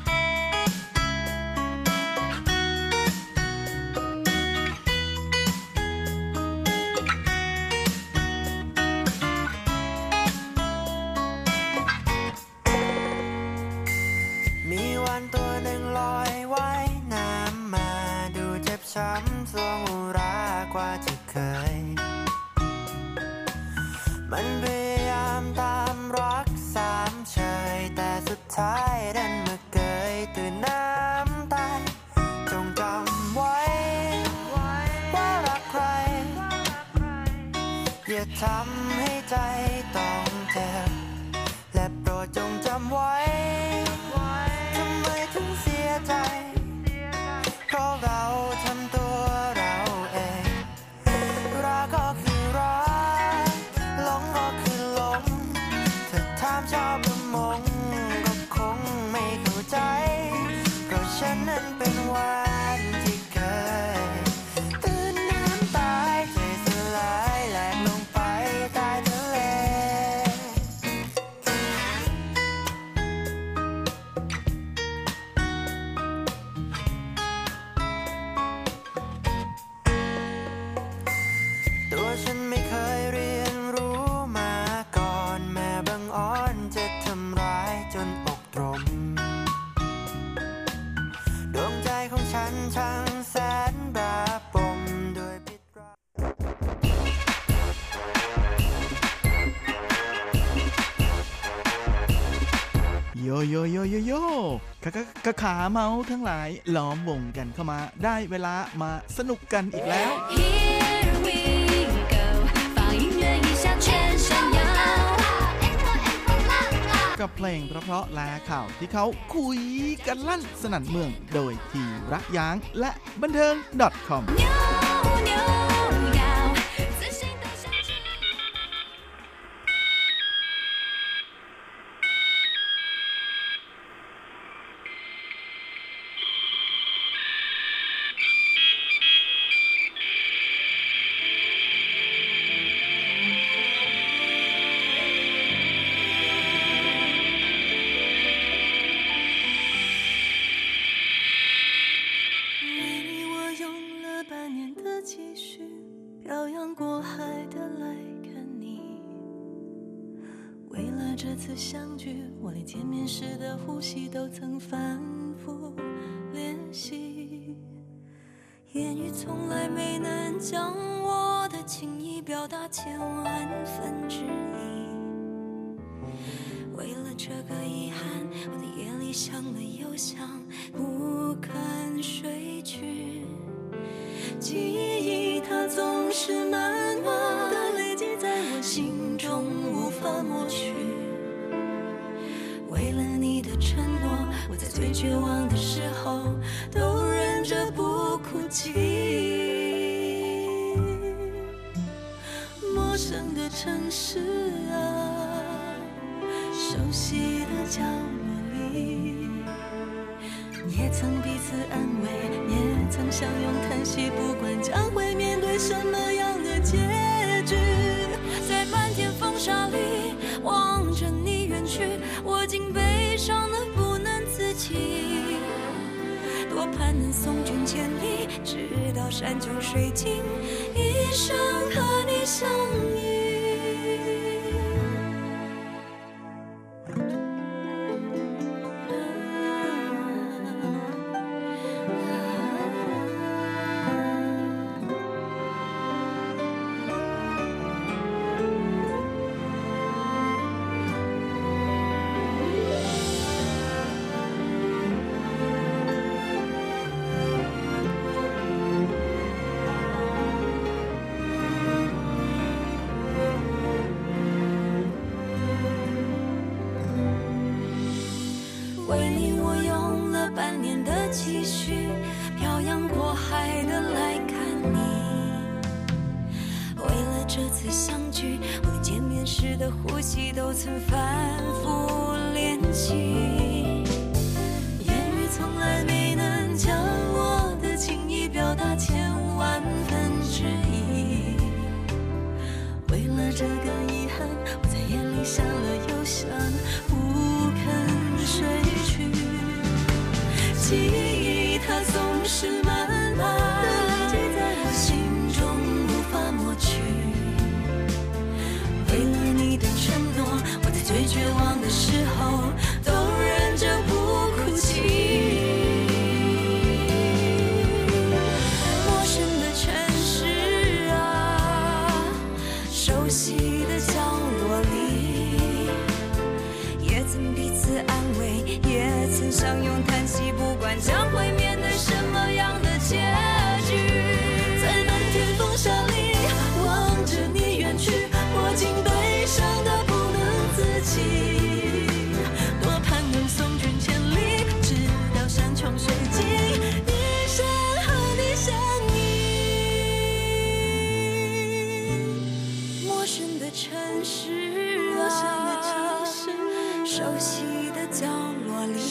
มีวานตัวหนึ่งลอยว่ายน้ำมาดูเจ็บช้ำสวงอุรากว่าที่เคยมันพยายามตามรักสามเชยแต่สุดท้ายดันมาเกยตื่นน้ำตายจงจำไว้ว่ารักใครอย่าทำให้ใจต้องเจ็บและโปรดจงจำไว้ทำไมถึงเสียใจเพราะเราทำตัวเราเองรักก็คือรักหลงก็คือหลงถ้าถามชอบหรือมงก็คงไม่เข้าใจเพราะฉันนั้นเป็นวานที่เคยตื่นน้ำตายใจสลายแหลกลงไปใต้ทะเลตัวฉันไม่เคยเรียนรู้มาก่อนแม้บังอ่อนจะโยโยโยโยโยขาเมาทั้งหลายล้อมวงกันเข้ามาได้เวลามาสนุกกันอีกแล้ว Here we go 放音乐一下全身摇กับเพลงเพราะๆและข่าวที่เขาคุยกันลั่นสนั่นเมืองโดยทีรักย้างและบันเทิง .com 这次相聚我连见面时的呼吸都曾反复练习言语从来没能将我的情意表达千万分之一为了这个遗憾我在夜里想了又想不肯睡去记忆它总是慢慢的累积在我心中无法抹去为了你的承诺我在最绝望的时候都忍着不哭泣陌生的城市啊熟悉的角落里也曾彼此安慰也曾相拥叹息不管将会面对什么样的结局在漫天风沙里望着你远去我竟悲伤得不能自己多盼能送君千里直到山穷水尽一生和你相依为你我用了半年的积蓄漂洋过海的来看你为了这次相聚我连见面时的呼吸都曾反复练习言语从来没能将我的情意表达千万分之一为了这个遗憾我在夜里想了又想不肯睡去记忆它总是慢慢地累积在我心中无法抹去为了你的承诺我在最绝望的时候都忍着不哭泣陌生的城市啊熟悉的角落里也曾彼此安慰也曾相拥叹息不管将会面对什么样的结局在漫天风沙里望着你远去我竟悲伤得不能自己多盼能送君千里直到山穷水尽一生和你相依陌生的城市啊熟悉的角落里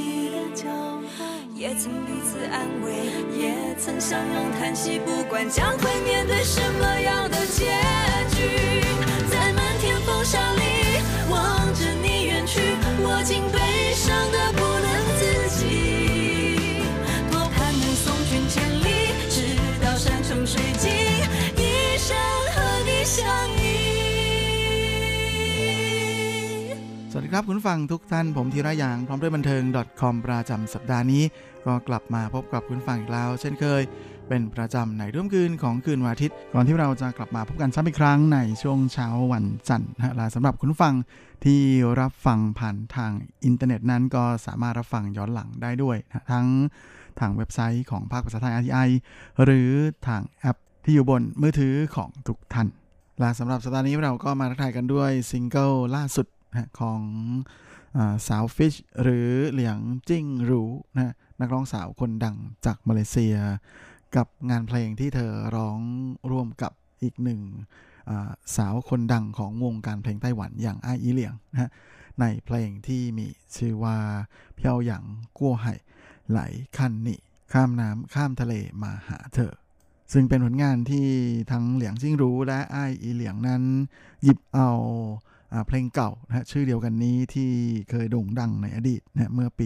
也曾彼此安慰也曾相拥叹息不管将会面对什么样的结局在漫天风沙里望着你远去我竟悲伤得不能自己多盼能送君千里直到山穷水尽一生和你相依สวัสดีครับคุณฟังทุกท่านผมธีระยางพร้อมด้วยบันเทิง .com ประจำสัปดาห์นี้ก็กลับมาพบกับคุณฟังอีกแล้วเช่นเคยเป็นประจำในร่วมคืนของคืนวันอาทิตย์ก่อนที่เราจะกลับมาพบกันซ้ำอีกครั้งในช่วงเช้าวันจันทร์และสำหรับคุณฟังที่รับฟังผ่านทางอินเทอร์เน็ตนั้นก็สามารถรับฟังย้อนหลังได้ด้วยทั้งทางเว็บไซต์ของภาคภาษาไทย RTI หรือทางแอปที่อยู่บนมือถือของทุกท่านและสำหรับสัปดาห์นี้เราก็มาทักทายกันด้วยซิงเกิลล่าสุดของสาวฟิชหรือเหลียงจิ้งหรูนักร้องสาวคนดังจากมาเลเซียกับงานเพลงที่เธอร้องร่วมกับอีกหนึ่งสาวคนดังของวงการเพลงไต้หวันอย่างอ้ายอีเหลียงในเพลงที่มีชื่อว่าเพียวหยางกั่วไห่ไหลคันนี่ข้ามน้ำข้ามทะเลมาหาเธอซึ่งเป็นผลงานที่ทั้งเหลียงจิ้งหรูและอ้ายอีเหลียงนั้นหยิบเอาเพลงเก่าชื่อเดียวกันนี้ที่เคยโด่งดังในอดีตเมื่อปี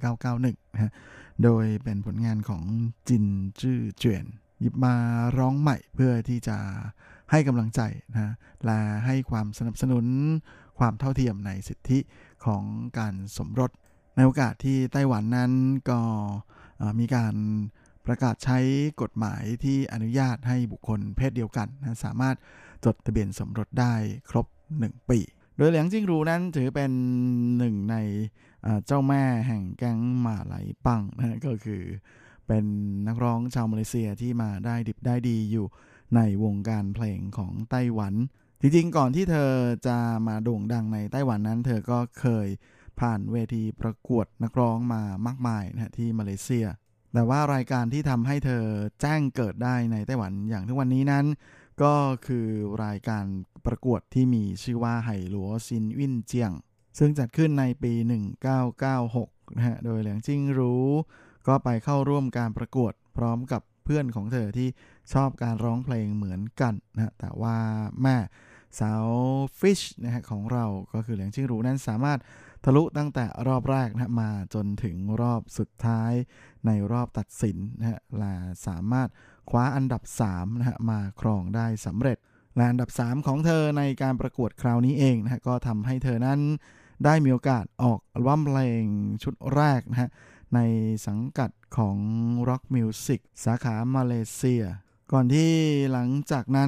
1991 โดยเป็นผลงานของจินจื้อเจียนหยิบมาร้องใหม่เพื่อที่จะให้กำลังใจและให้ความสนับสนุนความเท่าเทียมในสิทธิของการสมรสในโอกาสที่ไต้หวันนั้นก็มีการประกาศใช้กฎหมายที่อนุญาตให้บุคคลเพศเดียวกันสามารถจดทะเบียนสมรสได้ครบ1 ปีโดยเหลียงจิ้งหรูนั้นถือเป็นหนึ่งในเจ้าแม่แห่งแก๊งหม่าไหลปังก็คือเป็นนักร้องชาวมาเลเซียที่มาได้ดิบได้ดีอยู่ในวงการเพลงของไต้หวันจริงๆก่อนที่เธอจะมาโด่งดังในไต้หวันนั้นเธอก็เคยผ่านเวทีประกวดนักร้องมามากมายที่มาเลเซียแต่ว่ารายการที่ทำให้เธอแจ้งเกิดได้ในไต้หวันอย่างทุกวันนี้นั้นก็คือรายการประกวดที่มีชื่อว่าไห่หลัวซินวินเจียงซึ่งจัดขึ้นในปี 1996 โดยเหลียงจิ้งหรูก็ไปเข้าร่วมการประกวดพร้อมกับเพื่อนของเธอที่ชอบการร้องเพลงเหมือนกันแต่ว่าแม่สาวฟิชของเราก็คือเหลียงจิ้งหรูนั้นสามารถทะลุตั้งแต่รอบแรกมาจนถึงรอบสุดท้ายในรอบตัดสินและสามารถคว้าอันดับ3มาครองได้สำเร็จและอันดับ3ของเธอในการประกวดคราวนี้เองก็ทำให้เธอนั้นได้มีโอกาสออกอัลบั้มเพลงชุดแรกในสังกัดของ Rock Music สาขามาเลเซียก่อนที่หลังจากนั้น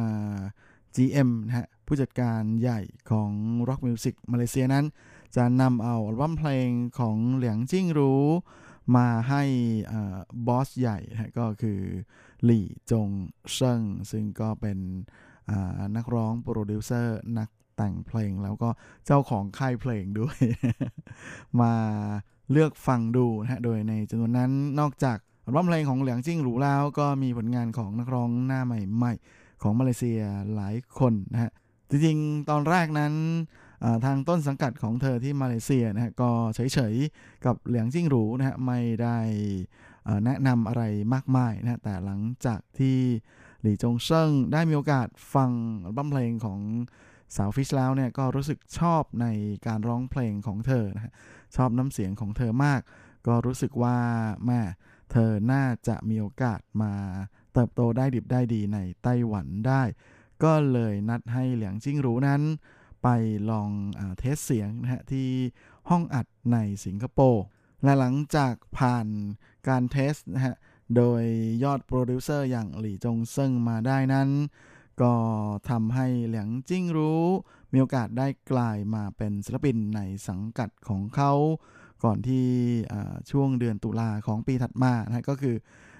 GM ผู้จัดการใหญ่ของ Rock Music มาเลเซียนั้นจะนำเอาอัลบั้มเพลงของเหลียงจิ้งหรูมาให้บอสใหญ่ก็คือหลี่จงเซิงซึ่งก็เป็นนักร้องโปรดิวเซอร์นักแต่งเพลงแล้วก็เจ้าของค่ายเพลงด้วย มาเลือกฟังดูโดยในจำนวนนั้นนอกจากอัลบั้มเพลงของเหลียงจิ้งหรูแล้วก็มีผลงานของนักร้องหน้าใหม่ๆของมาเลเซียหลายคนจริงๆตอนแรกนั้นทางต้นสังกัดของเธอที่มาเลเซียก็เฉยๆกับเหลียงจิ้งหรูไม่ได้แนะนำอะไรมากมายแต่หลังจากที่หลี่จงเซิงได้มีโอกาสฟังอัลบั้มเพลงของสาวฟิชแล้วก็รู้สึกชอบในการร้องเพลงของเธอชอบน้ำเสียงของเธอมากก็รู้สึกว่าแม่เธอน่าจะมีโอกาสมาเติบโตได้ดิบได้ดีในไต้หวันได้ก็เลยนัดให้เหลียงจิ้งหรูนั้นไปลองเทสเสียงที่ห้องอัดในสิงคโปร์และหลังจากผ่านการเทสโดยยอดโปรดิวเซอร์อย่างหลี่จงเซิงมาได้นั้นก็ทำให้เหลียงจิ้งหรูมีโอกาสได้กลายมาเป็นศิลปินในสังกัดของเขาก่อนที่ช่วงเดือนตุลาของปีถัดมาก็คือ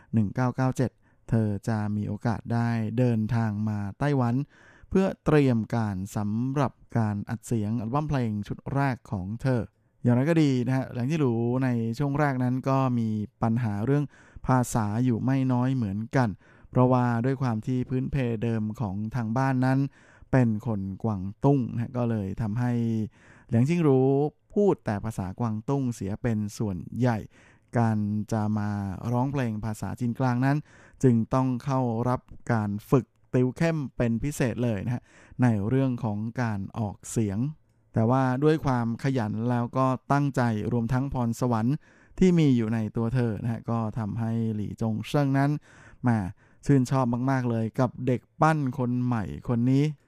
1997เธอจะมีโอกาสได้เดินทางมาไต้หวันเพื่อเตรียมการสำหรับการอัดเสียงอัลบั้มเพลงชุดแรกของเธออย่างไรก็ดีเหลียงจิ้งหรูในช่วงแรกนั้นก็มีปัญหาเรื่องภาษาอยู่ไม่น้อยเหมือนกันเพราะว่าด้วยความที่พื้นเพเดิมของทางบ้านนั้นเป็นคนกวางตุ้งก็เลยทำให้เหลียงจิ้งหรูพูดแต่ภาษากวางตุ้งเสียเป็นส่วนใหญ่การจะมาร้องเพลงภาษาจีนกลางนั้นจึงต้องเข้ารับการฝึกติวเข้มเป็นพิเศษเลยในเรื่องของการออกเสียงแต่ว่าด้วยความขยันแล้วก็ตั้งใจรวมทั้งพรสวรรค์ที่มีอยู่ในตัวเธอก็ทำให้หลี่จงเซิงนั้นมาชื่นชอบมากๆเลยกับเด็กปั้นคนใหม่คนนี้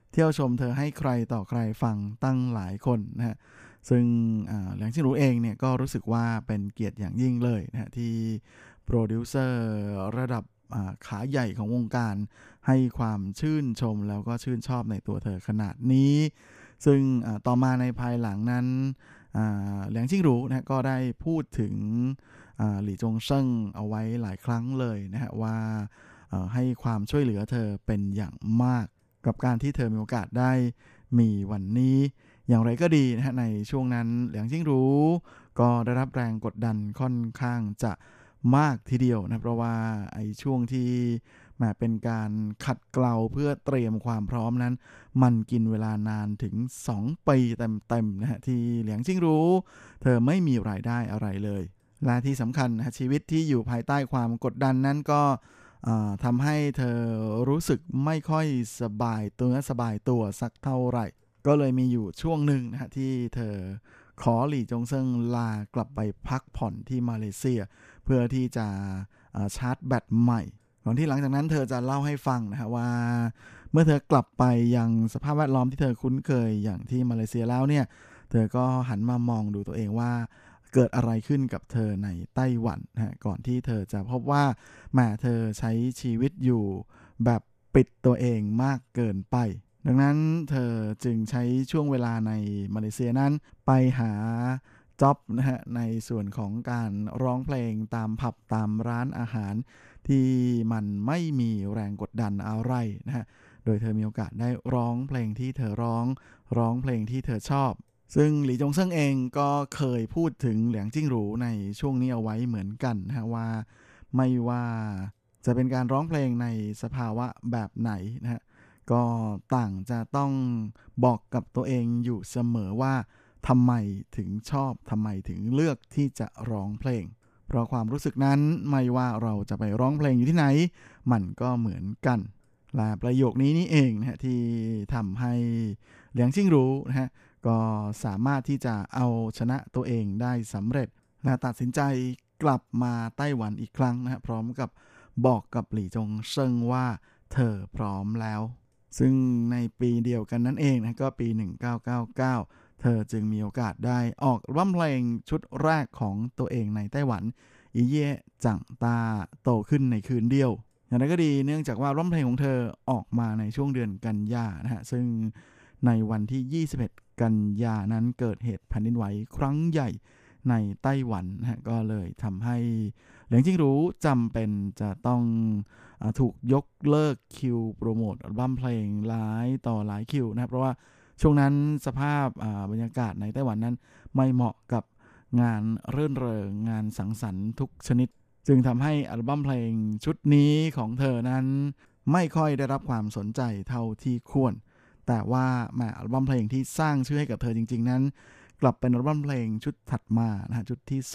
เที่ยวชมเธอให้ใครต่อใครฟังตั้งหลายคนนะฮะซึ่งหลังจากรู้เองเนี่ยก็รู้สึกว่าเป็นเกียรติอย่างยิ่งเลยนะฮะที่โปรดิวเซอร์ระดับขาใหญ่ของวงการให้ความชื่นชมแล้วก็ชื่นชอบในตัวเธอขนาดนี้ซึ่งต่อมาในภายหลังนั้นเหลียงชิ่งหรูนะก็ได้พูดถึงหลี่จงเซิงเอาไว้หลายครั้งเลยนะฮะว่าให้ความช่วยเหลือเธอเป็นอย่างมากกับการที่เธอมีโอกาสได้มีวันนี้อย่างไรก็ดีนะฮะในช่วงนั้นเหลียงชิ่งหรูก็ได้รับแรงกดดันค่อนข้างจะมากทีเดียวนะเพราะว่าไอ้ช่วงที่เป็นการขัดเกลาเพื่อเตรียมความพร้อมนั้นมันกินเวลานานถึง2 ปีเต็มๆนะฮะที่เหลียงชิ่งหรูเธอไม่มีรายได้อะไรเลยและที่สำคัญนะชีวิตที่อยู่ภายใต้ความกดดันนั้นก็ทำให้เธอรู้สึกไม่ค่อยสบายตัวสักเท่าไหร่ก็เลยมีอยู่ช่วงหนึ่งนะฮะที่เธอขอหลี่จงเซิงลากลับไปพักผ่อนที่มาเลเซียเพื่อที่จะชาร์จแบตใหม่ก่อนที่หลังจากนั้นเธอจะเล่าให้ฟังนะฮะว่าเมื่อเธอกลับไปยังสภาพแวดล้อมที่เธอคุ้นเคยอย่างที่มาเลเซียแล้วเนี่ยเธอก็หันมามองดูตัวเองว่าเกิดอะไรขึ้นกับเธอในไต้หวันนะก่อนที่เธอจะพบว่าเธอใช้ชีวิตอยู่แบบปิดตัวเองมากเกินไปดังนั้นเธอจึงใช้ช่วงเวลาในมาเลเซียนั้นไปหาจ็อบนะฮะในส่วนของการร้องเพลงตามผับตามร้านอาหารที่มันไม่มีแรงกดดันอะไรนะฮะโดยเธอมีโอกาสได้ร้องเพลงที่เธอร้องเพลงที่เธอชอบซึ่งหลี่จงเซิงเองก็เคยพูดถึงเหลียงจิ้งหรูในช่วงนี้เอาไว้เหมือนกันนะฮะว่าไม่ว่าจะเป็นการร้องเพลงในสภาวะแบบไหนนะฮะก็ต่างจะต้องบอกกับตัวเองอยู่เสมอว่าทำไมถึงชอบทำไมถึงเลือกที่จะร้องเพลงเพราะความรู้สึกนั้นไม่ว่าเราจะไปร้องเพลงอยู่ที่ไหนมันก็เหมือนกันและประโยคนี้นี่เองนะฮะที่ทำให้เหลียงจิ้งหรูนะฮะก็สามารถที่จะเอาชนะตัวเองได้สำเร็จและตัดสินใจกลับมาไต้หวันอีกครั้งนะฮะพร้อมกับบอกกับหลี่จงเซิงว่าเธอพร้อมแล้วซึ่งในปีเดียวกันนั่นเองนะก็ปี1999เธอจึงมีโอกาสได้ออกอัลบั้มเพลงชุดแรกของตัวเองในไต้หวันอีเย่จังตาโตขึ้นในคืนเดียวอย่างไรก็ดีเนื่องจากว่าอัลบั้มเพลงของเธอออกมาในช่วงเดือนกันยายนนะฮะซึ่งในวันที่21กันยายนนั้นเกิดเหตุแผ่นดินไหวครั้งใหญ่ในไต้หวันนะฮะก็เลยทำให้เหลียงจิ้งหรูจำเป็นจะต้องถูกยกเลิกคิวโปรโมทอัลบั้มเพลงหลายต่อหลายคิวนะครับเพราะว่าช่วงนั้นสภาพบรรยากาศในไต้หวันนั้นไม่เหมาะกับงานรื่นเริงงานสังสรรค์ทุกชนิดจึงทำให้อัลบั้มเพลงชุดนี้ของเธอนั้นไม่ค่อยได้รับความสนใจเท่าที่ควรแต่ว่าอัลบั้มเพลงที่สร้างชื่อให้กับเธอจริงๆนั้นกลับเป็นอัลบั้มเพลงชุดถัดมานะฮะชุดที่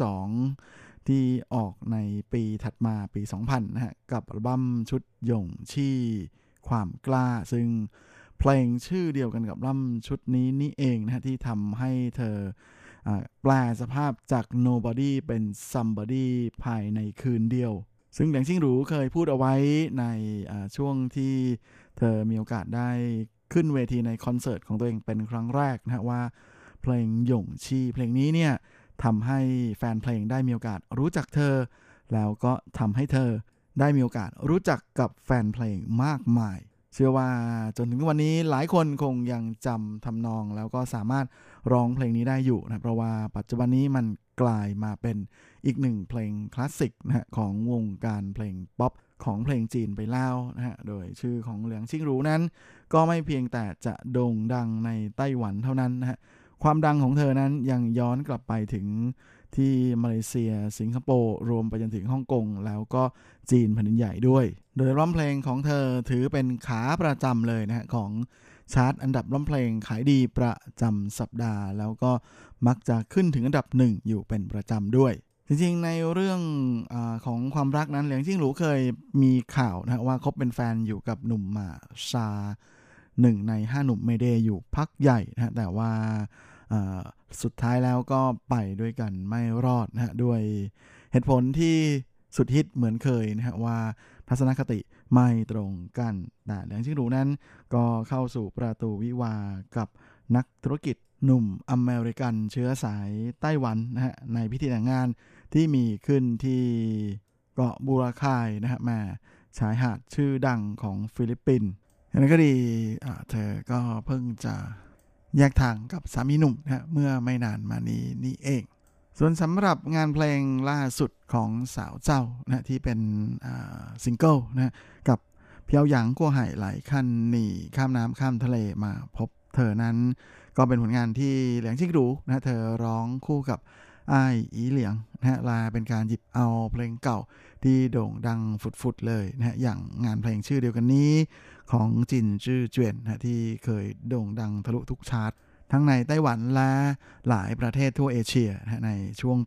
2ที่ออกในปีถัดมาปี 2000 นะฮะกับอัลบั้มชุดหย่งชี่ความกล้าซึ่งเพลงชื่อเดียวกันกับอัลบั้มชุดนี้นี่เองนะฮะที่ทำให้เธอแปลสภาพจาก nobody เป็น somebody ภายในคืนเดียวซึ่งเหลียงจิ้งหรูเคยพูดเอาไว้ในช่วงที่เธอมีโอกาสได้ขึ้นเวทีในคอนเสิร์ตของตัวเองเป็นครั้งแรกนะฮะว่าเพลงหย่งชี่เพลงนี้เนี่ยทำให้แฟนเพลงได้มีโอกาสรู้จักเธอแล้วก็ทำให้เธอได้มีโอกาสรู้จักกับแฟนเพลงมากมายเชื่อว่าจนถึงวันนี้หลายคนคงยังจำทำนองแล้วก็สามารถร้องเพลงนี้ได้อยู่นะเพราะว่าปัจจุบันนี้มันกลายมาเป็นอีกหนึ่งเพลงคลาสสิกนะฮะของวงการเพลงป๊อปของเพลงจีนไปแล้วนะฮะโดยชื่อของเหลียงจิ้งหรูนั้นก็ไม่เพียงแต่จะโด่งดังในไต้หวันเท่านั้นนะฮะความดังของเธอนั้นยังย้อนกลับไปถึงที่มาเลเซียสิงคโปร์รวมไปจนถึงฮ่องกงแล้วก็จีนแผ่นดินใหญ่ด้วยโดยร้องเพลงของเธอถือเป็นขาประจำเลยนะฮะของชาร์ตอันดับร้องเพลงขายดีประจำสัปดาห์แล้วก็มักจะขึ้นถึงอันดับ1อยู่เป็นประจำด้วยจริงๆในเรื่องของความรักนั้นเหลียงจิ้งหรูเคยมีข่าวนะว่าคบเป็นแฟนอยู่กับหนุ่มหมาซา1ใน5หนุ่มเมเดย์อยู่พักใหญ่นะแต่ว่าสุดท้ายแล้วก็ไปด้วยกันไม่รอดนะด้วยเหตุผลที่สุดฮิตเหมือนเคยนะฮะว่าทัศนคติไม่ตรงกันแต่เหลียงจิ้งหรูนั้นก็เข้าสู่ประตูวิวากับนักธุรกิจหนุ่มอเมริกันเชื้อสายไต้หวันนะฮะในพิธีแต่งงานที่มีขึ้นที่เกาะบูราคายนะฮะมาชายหาดชื่อดังของฟิลิปปินส์อย่างนั้นก็ดีเธอก็เพิ่งจะแยกทางกับสามีหนุ่มนะฮะเมื่อไม่นานมานี้นี่เองส่วนสำหรับงานเพลงล่าสุดของสาวเจ้านะที่เป็นซิงเกิลนะกับเพียวหยางกัวไห่ไหลขั้นหนีข้ามน้ำข้ามทะเลมาพบเธอนั้นก็เป็นผลงานที่เหลียงจิ้งหรูนะเธอร้องคู่กับอ้ายอีเหลียงนะลาเป็นการหยิบเอาเพลงเก่าที่โด่งดังฟุดๆเลยนะอย่างงานเพลงชื่อเดียวกันนี้ของจินจื้อเจวียนนะที่เคยโด่งดังทะลุทุกชาร์ตทั้งในไต้หวันและหลายประเทศทั่วเอเชียนะในช่วงปี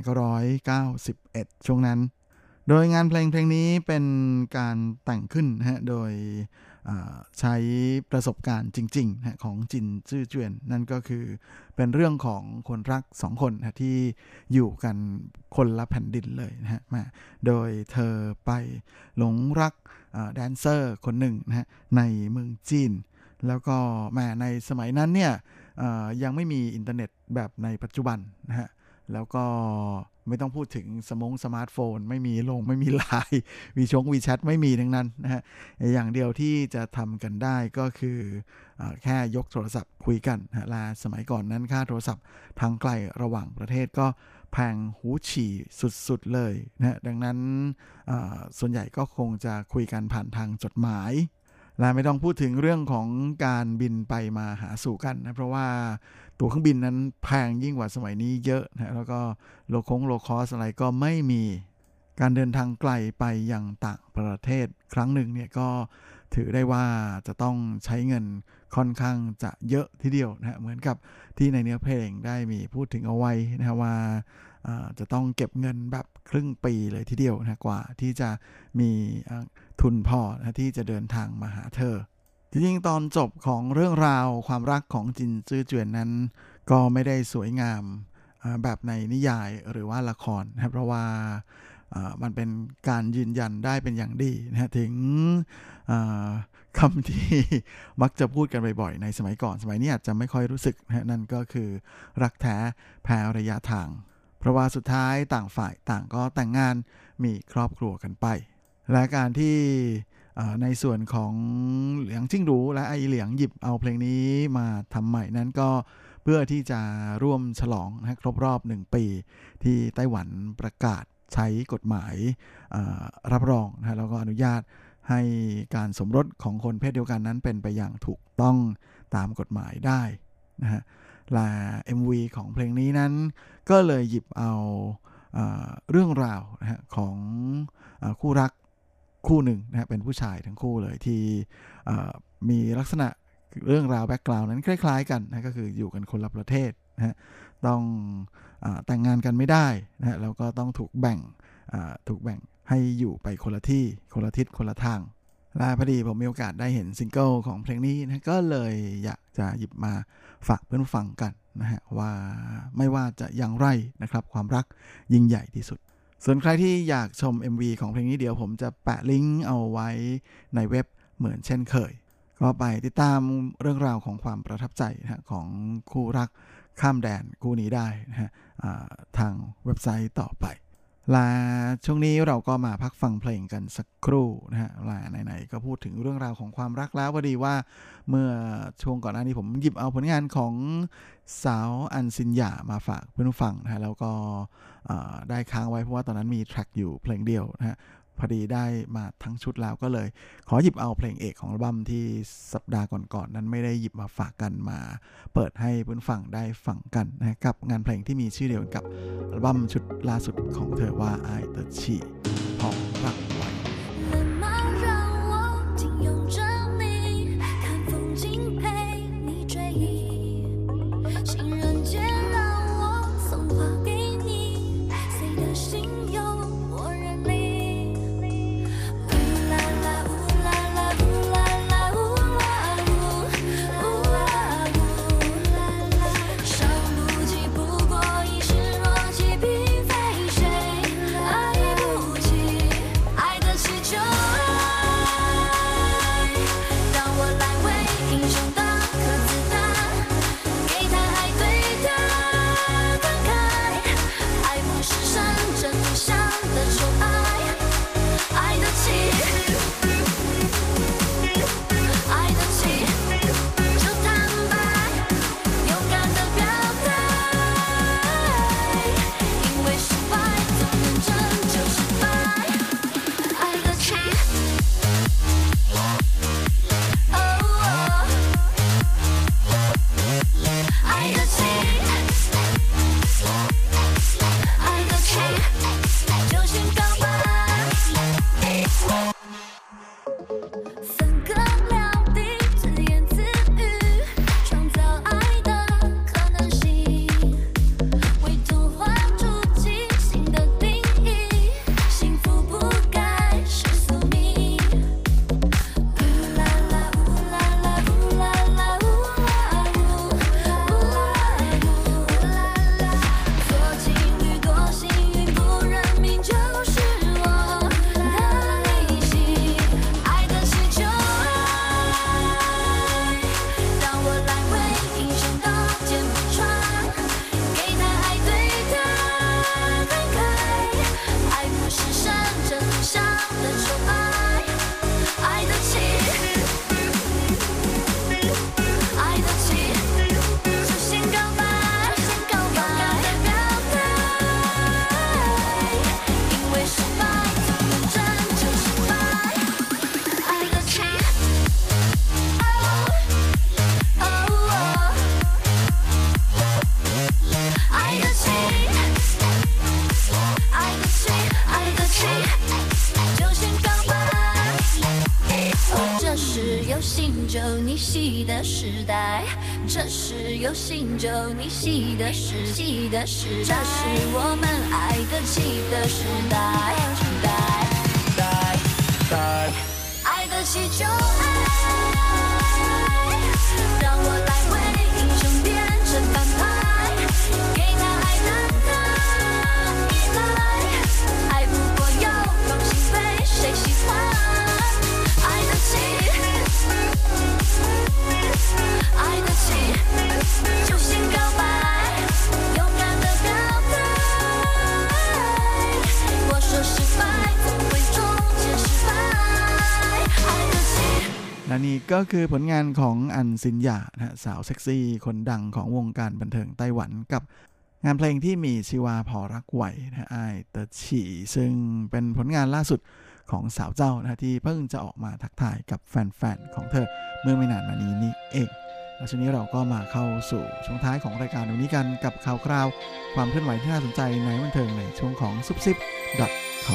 1991 ช่วงนั้นโดยงานเพลงนี้เป็นการแต่งขึ้นนะโดยใช้ประสบการณ์จริงๆนะของจินจื้อเจวียนนั่นก็คือเป็นเรื่องของคนรัก2คนนะที่อยู่กันคนละแผ่นดินเลยนะฮะโดยเธอไปหลงรักแดนเซอร์คนหนึ่งนะฮะในเมืองจีนแล้วก็ในสมัยนั้นเนี่ยยังไม่มีอินเทอร์เน็ตแบบในปัจจุบันนะฮะแล้วก็ไม่ต้องพูดถึงสมาร์ทโฟนไม่มีไม่มีไลน์วีแชทไม่มีทั้งนั้นนะฮะอย่างเดียวที่จะทำกันได้ก็คือแค่ยกโทรศัพท์คุยกันนะลาสมัยก่อนนั้นค่าโทรศัพท์ทางไกลระหว่างประเทศก็แพงหูฉี่สุดๆเลยนะดังนั้นส่วนใหญ่ก็คงจะคุยกันผ่านทางจดหมายและไม่ต้องพูดถึงเรื่องของการบินไปมาหาสู่กันนะเพราะว่าตั๋วเครื่องบินนั้นแพงยิ่งกว่าสมัยนี้เยอะนะแล้วก็โลคอสอะไรก็ไม่มีการเดินทางไกลไปยังต่างประเทศครั้งหนึ่งเนี่ยก็ถือได้ว่าจะต้องใช้เงินค่อนข้างจะเยอะทีเดียวนะเหมือนกับที่ในเนื้อเพลงได้มีพูดถึงเอาไว้นะว่าจะต้องเก็บเงินแบบครึ่งปีเลยทีเดียวนะกว่าที่จะมีทุนพอนะที่จะเดินทางมาหาเธอจริงๆตอนจบของเรื่องราวความรักของจินจื้อเจวียนนั้นก็ไม่ได้สวยงามแบบในนิยายหรือว่าละครนะเพราะว่ามันเป็นการยืนยันได้เป็นอย่างดีนะถึงคำที่มักจะพูดกันบ่อยๆในสมัยก่อนสมัยนี้อาจจะไม่ค่อยรู้สึกนะนั่นก็คือรักแท้แพ้ระยะทางเพราะว่าสุดท้ายต่างฝ่ายต่างก็แต่งงานมีครอบครัวกันไปและการที่ในส่วนของเหลียงจิ้งหรูและไอเหลียงหยิบเอาเพลงนี้มาทำใหม่นั้นก็เพื่อที่จะร่วมฉลองนะครบรอบ1ปีที่ไต้หวันประกาศใช้กฎหมายรับรองนะแล้วก็อนุญาตให้การสมรสของคนเพศเดียวกันนั้นเป็นไปอย่างถูกต้องตามกฎหมายได้นะฮะและ MV ของเพลงนี้นั้นก็เลยหยิบเอาเรื่องราวนะฮะของคู่รักคู่หนึ่งนะฮะเป็นผู้ชายทั้งคู่เลยที่มีลักษณะเรื่องราวแบ็คกราวด์นั้นคล้ายๆกันนะก็คืออยู่กันคนละประเทศนะฮะต้องแต่งงานกันไม่ได้นะฮะแล้วก็ต้องถูกแบ่งให้อยู่ไปคนละที่คนละทิศคนละทางและพอดีผมมีโอกาสได้เห็นซิงเกิลของเพลงนี้นะก็เลยอยากจะหยิบมาฝากเพื่อนฟังกันนะฮะว่าไม่ว่าจะอย่างไรนะครับความรักยิ่งใหญ่ที่สุดส่วนใครที่อยากชม MV ของเพลงนี้เดี๋ยวผมจะแปะลิงก์เอาไว้ในเว็บเหมือนเช่นเคยก็ไปติดตามเรื่องราวของความประทับใจนะของคู่รักข้ามแดนคู่นี้ได้นะฮะทางเว็บไซต์ต่อไปและช่วงนี้เราก็มาพักฟังเพลงกันสักครู่นะฮะไหนๆก็พูดถึงเรื่องราวของความรักแล้วพอดีว่าเมื่อช่วงก่อนหน้านี้ผมหยิบเอาผลงานของสาวอันซินหย่ามาฝากเพื่อนฟังนะฮะแล้วก็ได้ค้างไว้เพราะว่าตอนนั้นมีแทร็กอยู่เพลงเดียวนะฮะพอดีได้มาทั้งชุดแล้วก็เลยขอหยิบเอาเพลงเอกของอัลบั้มที่สัปดาห์ก่อนๆนั้นไม่ได้หยิบมาฝากกันมาเปิดให้เพื่อนฟังได้ฟังกันนะกับงานเพลงที่มีชื่อเดียวกับอัลบั้มชุดล่าสุดของเธอว่าไอเตอร์ชีพอรักไว้爱的就逆袭的时代，这是有新就逆袭的时代，这是我们爱得起的时代，爱得起就爱，让我带回英雄变成反派，给他爱的依赖，爱不过有用心被谁喜欢，爱得起，爱得起，就先告白，勇敢的告白，我说失败总会终结失败，爱得起。 และนี่ก็คือผลงานของอันซินหยานะสาวเซ็กซี่คนดังของวงการบันเทิงไต้หวันกับงานเพลงที่มีชื่อว่าพอรักไหวนะอ้ายเตอฉี่ซึ่งเป็นผลงานล่าสุดของสาวเจ้านะที่เพิ่งจะออกมาทักทายกับแฟนๆของเธอเมื่อไม่นานมานี้นี่เองและช่วงนี้เราก็มาเข้าสู่ช่วงท้ายของรายการวันนี้กันกับข่าวคราวความเคลื่อนไหวที่น่าสนใจในบันเทิงในช่วงของซุปซิป .com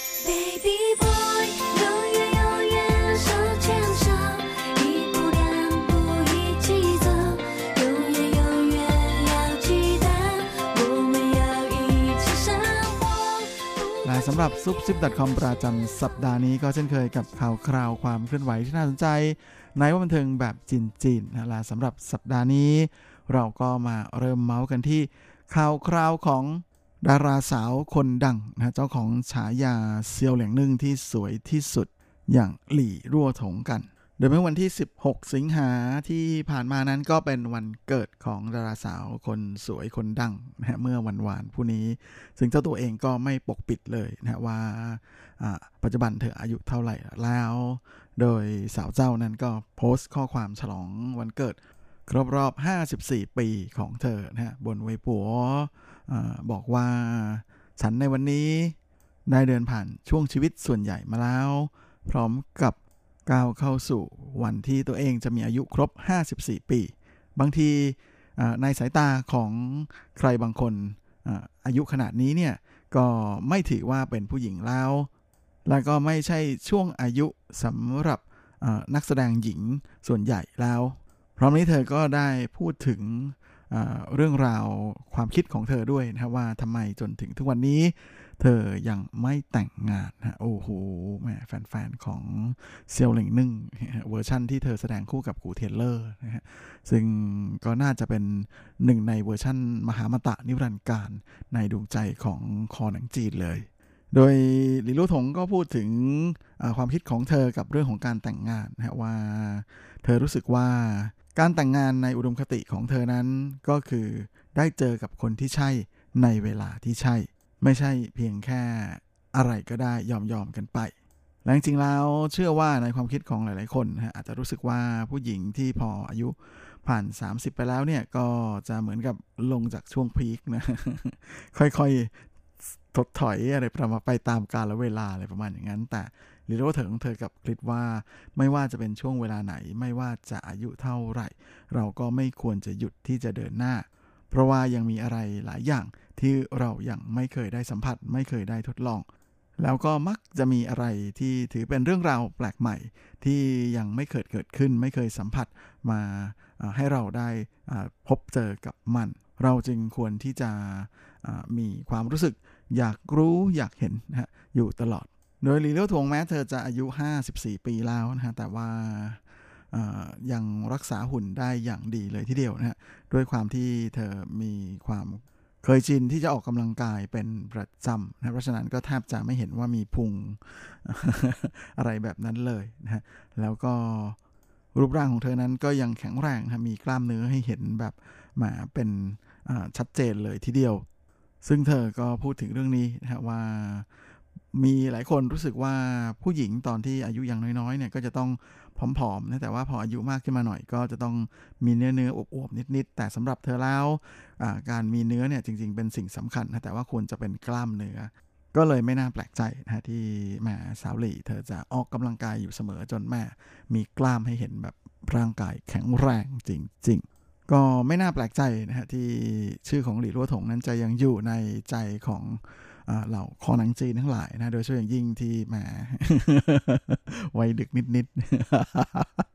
Baby boy 永远永远手牵手一步两步一起走永远永远要记得我们要一起生活และสำหรับซุปซิป .com ประจำสัปดาห์นี้ก็เช่นเคยกับข่าวคราวความเคลื่อนไหวที่น่าสนใจในวงการบันเทิงแบบจีนๆนะและสำหรับสัปดาห์นี้เราก็มาเริ่มเมาส์กันที่ข่าวคราวของดาราสาวคนดังนะเจ้าของฉายาเซียวเหลียงนึ่งที่สวยที่สุดอย่างหลี่รั่วถงกันโดยเมื่อวันที่16สิงหาที่ผ่านมานั้นก็เป็นวันเกิดของดาราสาวคนสวยคนดังนะเมื่อวันวานผู้นี้ซึ่งเจ้าตัวเองก็ไม่ปกปิดเลยนะว่าปัจจุบันเธออายุเท่าไหร่แล้วโดยสาวเจ้านั้นก็โพสต์ข้อความฉลองวันเกิดครบรอบ54ปีของเธอนะบนเว็บปัวบอกว่าฉันในวันนี้ได้เดินผ่านช่วงชีวิตส่วนใหญ่มาแล้วพร้อมกับก้าวเข้าสู่วันที่ตัวเองจะมีอายุครบ54ปีบางทีในสายตาของใครบางคนอายุขนาดนี้เนี่ยก็ไม่ถือว่าเป็นผู้หญิงแล้วและก็ไม่ใช่ช่วงอายุสำหรับนักแสดงหญิงส่วนใหญ่แล้วพร้อมนี้เธอก็ได้พูดถึงเรื่องราวความคิดของเธอด้วยนะว่าทำไมจนถึงทุกวันนี้เธอยังไม่แต่งงานนะโอ้โหแม่แฟนๆของเซียวเหลิงนึ่งเวอร์ชั่นที่เธอแสดงคู่กับกูเทเลอร์นะฮะซึ่งก็น่าจะเป็นหนึ่งในเวอร์ชั่นมหามตะนิรันดร์การในดวงใจของคอหนังจีนเลยโดยหลี่ลู่ถงก็พูดถึงความคิดของเธอกับเรื่องของการแต่งงานนะว่าเธอรู้สึกว่าการแต่งงานในอุดมคติของเธอนั้นก็คือได้เจอกับคนที่ใช่ในเวลาที่ใช่ไม่ใช่เพียงแค่อะไรก็ได้ยอมกันไปและจริงๆแล้วเชื่อว่าในความคิดของหลายๆคนอาจจะรู้สึกว่าผู้หญิงที่พออายุผ่าน30ไปแล้วเนี่ยก็จะเหมือนกับลงจากช่วงพีคนะค่อยๆถดถอยอะไรประมาณไปตามกาลเวลาอะไรประมาณอย่างนั้นแต่หรือว่าเธอกับคลิปว่าไม่ว่าจะเป็นช่วงเวลาไหนไม่ว่าจะอายุเท่าไหร่เราก็ไม่ควรจะหยุดที่จะเดินหน้าเพราะว่ายังมีอะไรหลายอย่างที่เรายังไม่เคยได้สัมผัสไม่เคยได้ทดลองแล้วก็มักจะมีอะไรที่ถือเป็นเรื่องราวแปลกใหม่ที่ยังไม่เคยเกิดขึ้นไม่เคยสัมผัสมาให้เราได้พบเจอกับมันเราจึงควรที่จะมีความรู้สึกอยากรู้อยากเห็นนะฮะอยู่ตลอดโดยหลี่เลี้ยวถงแม้เธอจะอายุ54ปีแล้วนะฮะแต่ว่ายังรักษาหุ่นได้อย่างดีเลยทีเดียวนะฮะด้วยความที่เธอมีความเคยชินที่จะออกกำลังกายเป็นประจำนะเพราะฉะนั้นก็แทบจะไม่เห็นว่ามีพุง อะไรแบบนั้นเลยนะฮะแล้วก็รูปร่างของเธอนั้นก็ยังแข็งแรงนะมีกล้ามเนื้อให้เห็นแบบมาเป็นชัดเจนเลยทีเดียวซึ่งเธอก็พูดถึงเรื่องนี้นะฮะว่ามีหลายคนรู้สึกว่าผู้หญิงตอนที่อายุยังน้อยๆเนี่ยก็จะต้องผอมๆนะแต่ว่าพออายุมากขึ้นมาหน่อยก็จะต้องมีเนื้ออวบๆนิดๆแต่สำหรับเธอแล้วการมีเนื้อเนี่ยจริงๆเป็นสิ่งสำคัญนะแต่ว่าควรจะเป็นกล้ามเนื้อก็เลยไม่น่าแปลกใจนะที่แม่สาวหลี่เธอจะออกกำลังกายอยู่เสมอจนแม่มีกล้ามให้เห็นแบบร่างกายแข็งแรงจริงๆก็ไม่น่าแปลกใจนะฮะที่ชื่อของหลี่ลั่วถงนั้นจะยังอยู่ในใจของเหล่าคอหนังจีนทั้งหลายนะโดยเฉพาะอย่างยิ่งที่แหม วัยดึกนิด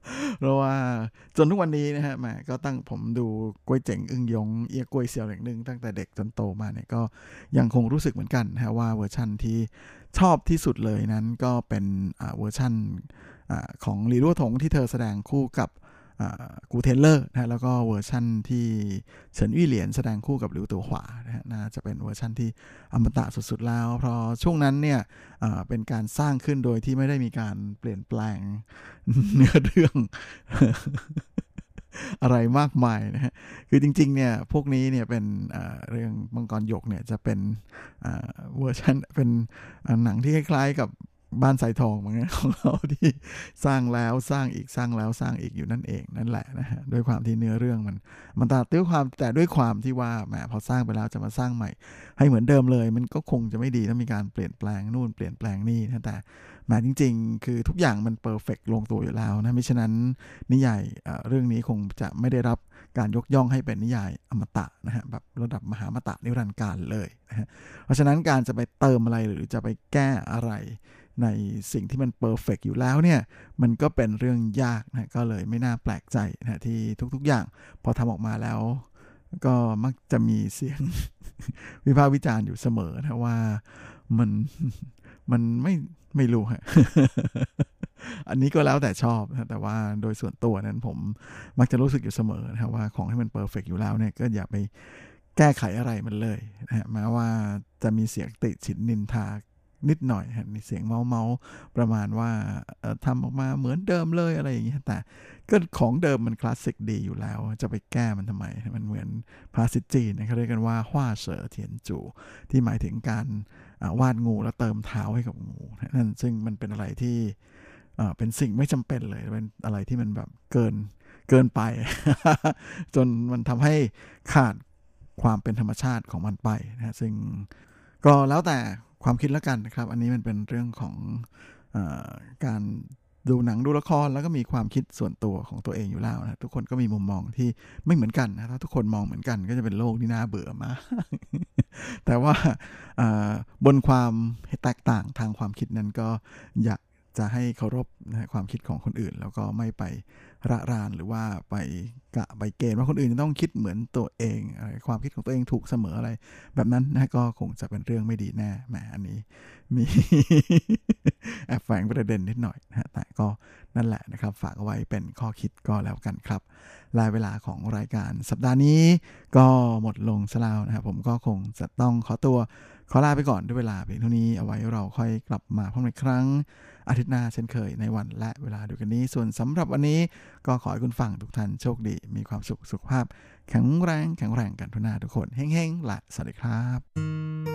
เพราะว่าจนทุกวันนี้นะฮะแหมก็ตั้งผมดูกล้วยเจ๋งอึ้งยงเอียกล้วยเสี่ยวเหล่งนึงตั้งแต่เด็กจนโตมาเนี่ยก็ยังคงรู้สึกเหมือนกันนะฮะว่าเวอร์ชั่นที่ชอบที่สุดเลยนั้นก็เป็นเวอร์ชั่นของหลีลั่วถงที่เธอแสดงคู่กับกูเทนเลอร์นะแล้วก็เวอร์ชั่นที่เฉินวี่เหลียนแสดงคู่กับหลิวตัวขวานะฮะน่าจะเป็นเวอร์ชั่นที่อมตะสุดๆแล้วเพราะช่วงนั้นเนี่ยเป็นการสร้างขึ้นโดยที่ไม่ได้มีการเปลี่ยนแปลงเนื้อเรื่อง อะไรมากมายนะฮะคือจริงๆเนี่ยพวกนี้เนี่ยเป็นเรื่องมังกรหยกเนี่ยจะเป็นเวอร์ชันเป็นหนังที่คล้ายๆกับบ้านสายทองเหมือนกันของเราที่สร้างแล้วสร้างอีกสร้างแล้วสร้างอีกอยู่นั่นเองนั่นแหละนะฮะด้วยความที่เนื้อเรื่องมันตัดด้วยความแต่ด้วยความที่ว่าแหมพอสร้างไปแล้วจะมาสร้างใหม่ให้เหมือนเดิมเลยมันก็คงจะไม่ดีต้องมีการเปลี่ยนแปลงนู่นเปลี่ยนแปลงนี่นะแต่แหมจริงๆคือทุกอย่างมันเพอร์เฟคลงตัวอยู่แล้วนะมิฉะนั้นนิยายเรื่องนี้คงจะไม่ได้รับการยกย่องให้เป็นนิยายอมตะนะฮะแบบระดับมหาอมตะนิรันดร์กาลเลยนะฮะเพราะฉะนั้นการจะไปเติมอะไรหรือจะไปแก้อะไรในสิ่งที่มันเพอร์เฟคอยู่แล้วเนี่ยมันก็เป็นเรื่องยากนะก็เลยไม่น่าแปลกใจนะที่ทุกๆอย่างพอทำออกมาแล้วก็มักจะมีเสียง วิพากษ์วิจารณ์อยู่เสมอนะว่ามันไม่รู้ฮะ อันนี้ก็แล้วแต่ชอบนะแต่ว่าโดยส่วนตัวนั้นผมมักจะรู้สึกอยู่เสมอนะว่าของที่มันเพอร์เฟคอยู่แล้วเนี่ยก็อย่าไปแก้ไขอะไรมันเลยนะฮะแม้ว่าจะมีเสียงติฉินนินทานิดหน่อยมีเสียงเมาประมาณว่าทำออกมาเหมือนเดิมเลยอะไรอย่างเงี้ยแต่ก็ของเดิมมันคลาสสิกดีอยู่แล้วจะไปแก้มันทำไมมันเหมือนภาษิตจีนนะเขาเรียกกันว่าฮว่าเสอเทียนจูที่หมายถึงการวาดงูแล้วเติมเท้าให้กับงูนั่นซึ่งมันเป็นอะไรที่เป็นสิ่งไม่จำเป็นเลยเป็นอะไรที่มันแบบเกินไป จนมันทำให้ขาดความเป็นธรรมชาติของมันไปนะซึ่งก็แล้วแต่ความคิดแล้วกันนะครับอันนี้มันเป็นเรื่องของการดูหนังดูละครแล้วก็มีความคิดส่วนตัวของตัวเองอยู่แล้วนะทุกคนก็มีมุมมองที่ไม่เหมือนกันนะถ้าทุกคนมองเหมือนกันก็จะเป็นโลกที่น่าเบื่อมาก แต่ว่าบนความแตกต่างทางความคิดนั้นก็อยากจะให้เคารพนะความคิดของคนอื่นแล้วก็ไม่ไประรานหรือว่าไปกะไปเกณฑ์ว่าคนอื่นจะต้องคิดเหมือนตัวเองความคิดของตัวเองถูกเสมออะไรแบบนั้นนะก็คงจะเป็นเรื่องไม่ดีแน่แหมอันนี้มี แอบแฝงประเด็นนิดหน่อยนะแต่ก็นั่นแหละนะครับฝากเอาไว้เป็นข้อคิดก็แล้วกันครับรายเวลาของรายการสัปดาห์นี้ก็หมดลงซะแล้วนะครับผมก็คงจะต้องขอลาไปก่อนด้วยเวลาเพียงเท่านี้เอาไว้เราค่อยกลับมาพบกันอีกครั้งอาทิตย์หน้าเช่นเคยในวันและเวลาเดียวกันนี้ส่วนสำหรับวันนี้ก็ขอให้คุณฟังทุกท่านโชคดีมีความสุขสุขภาพแข็งแรงกันทุกหน้าทุกคนเฮ้งๆและสวัสดีครับ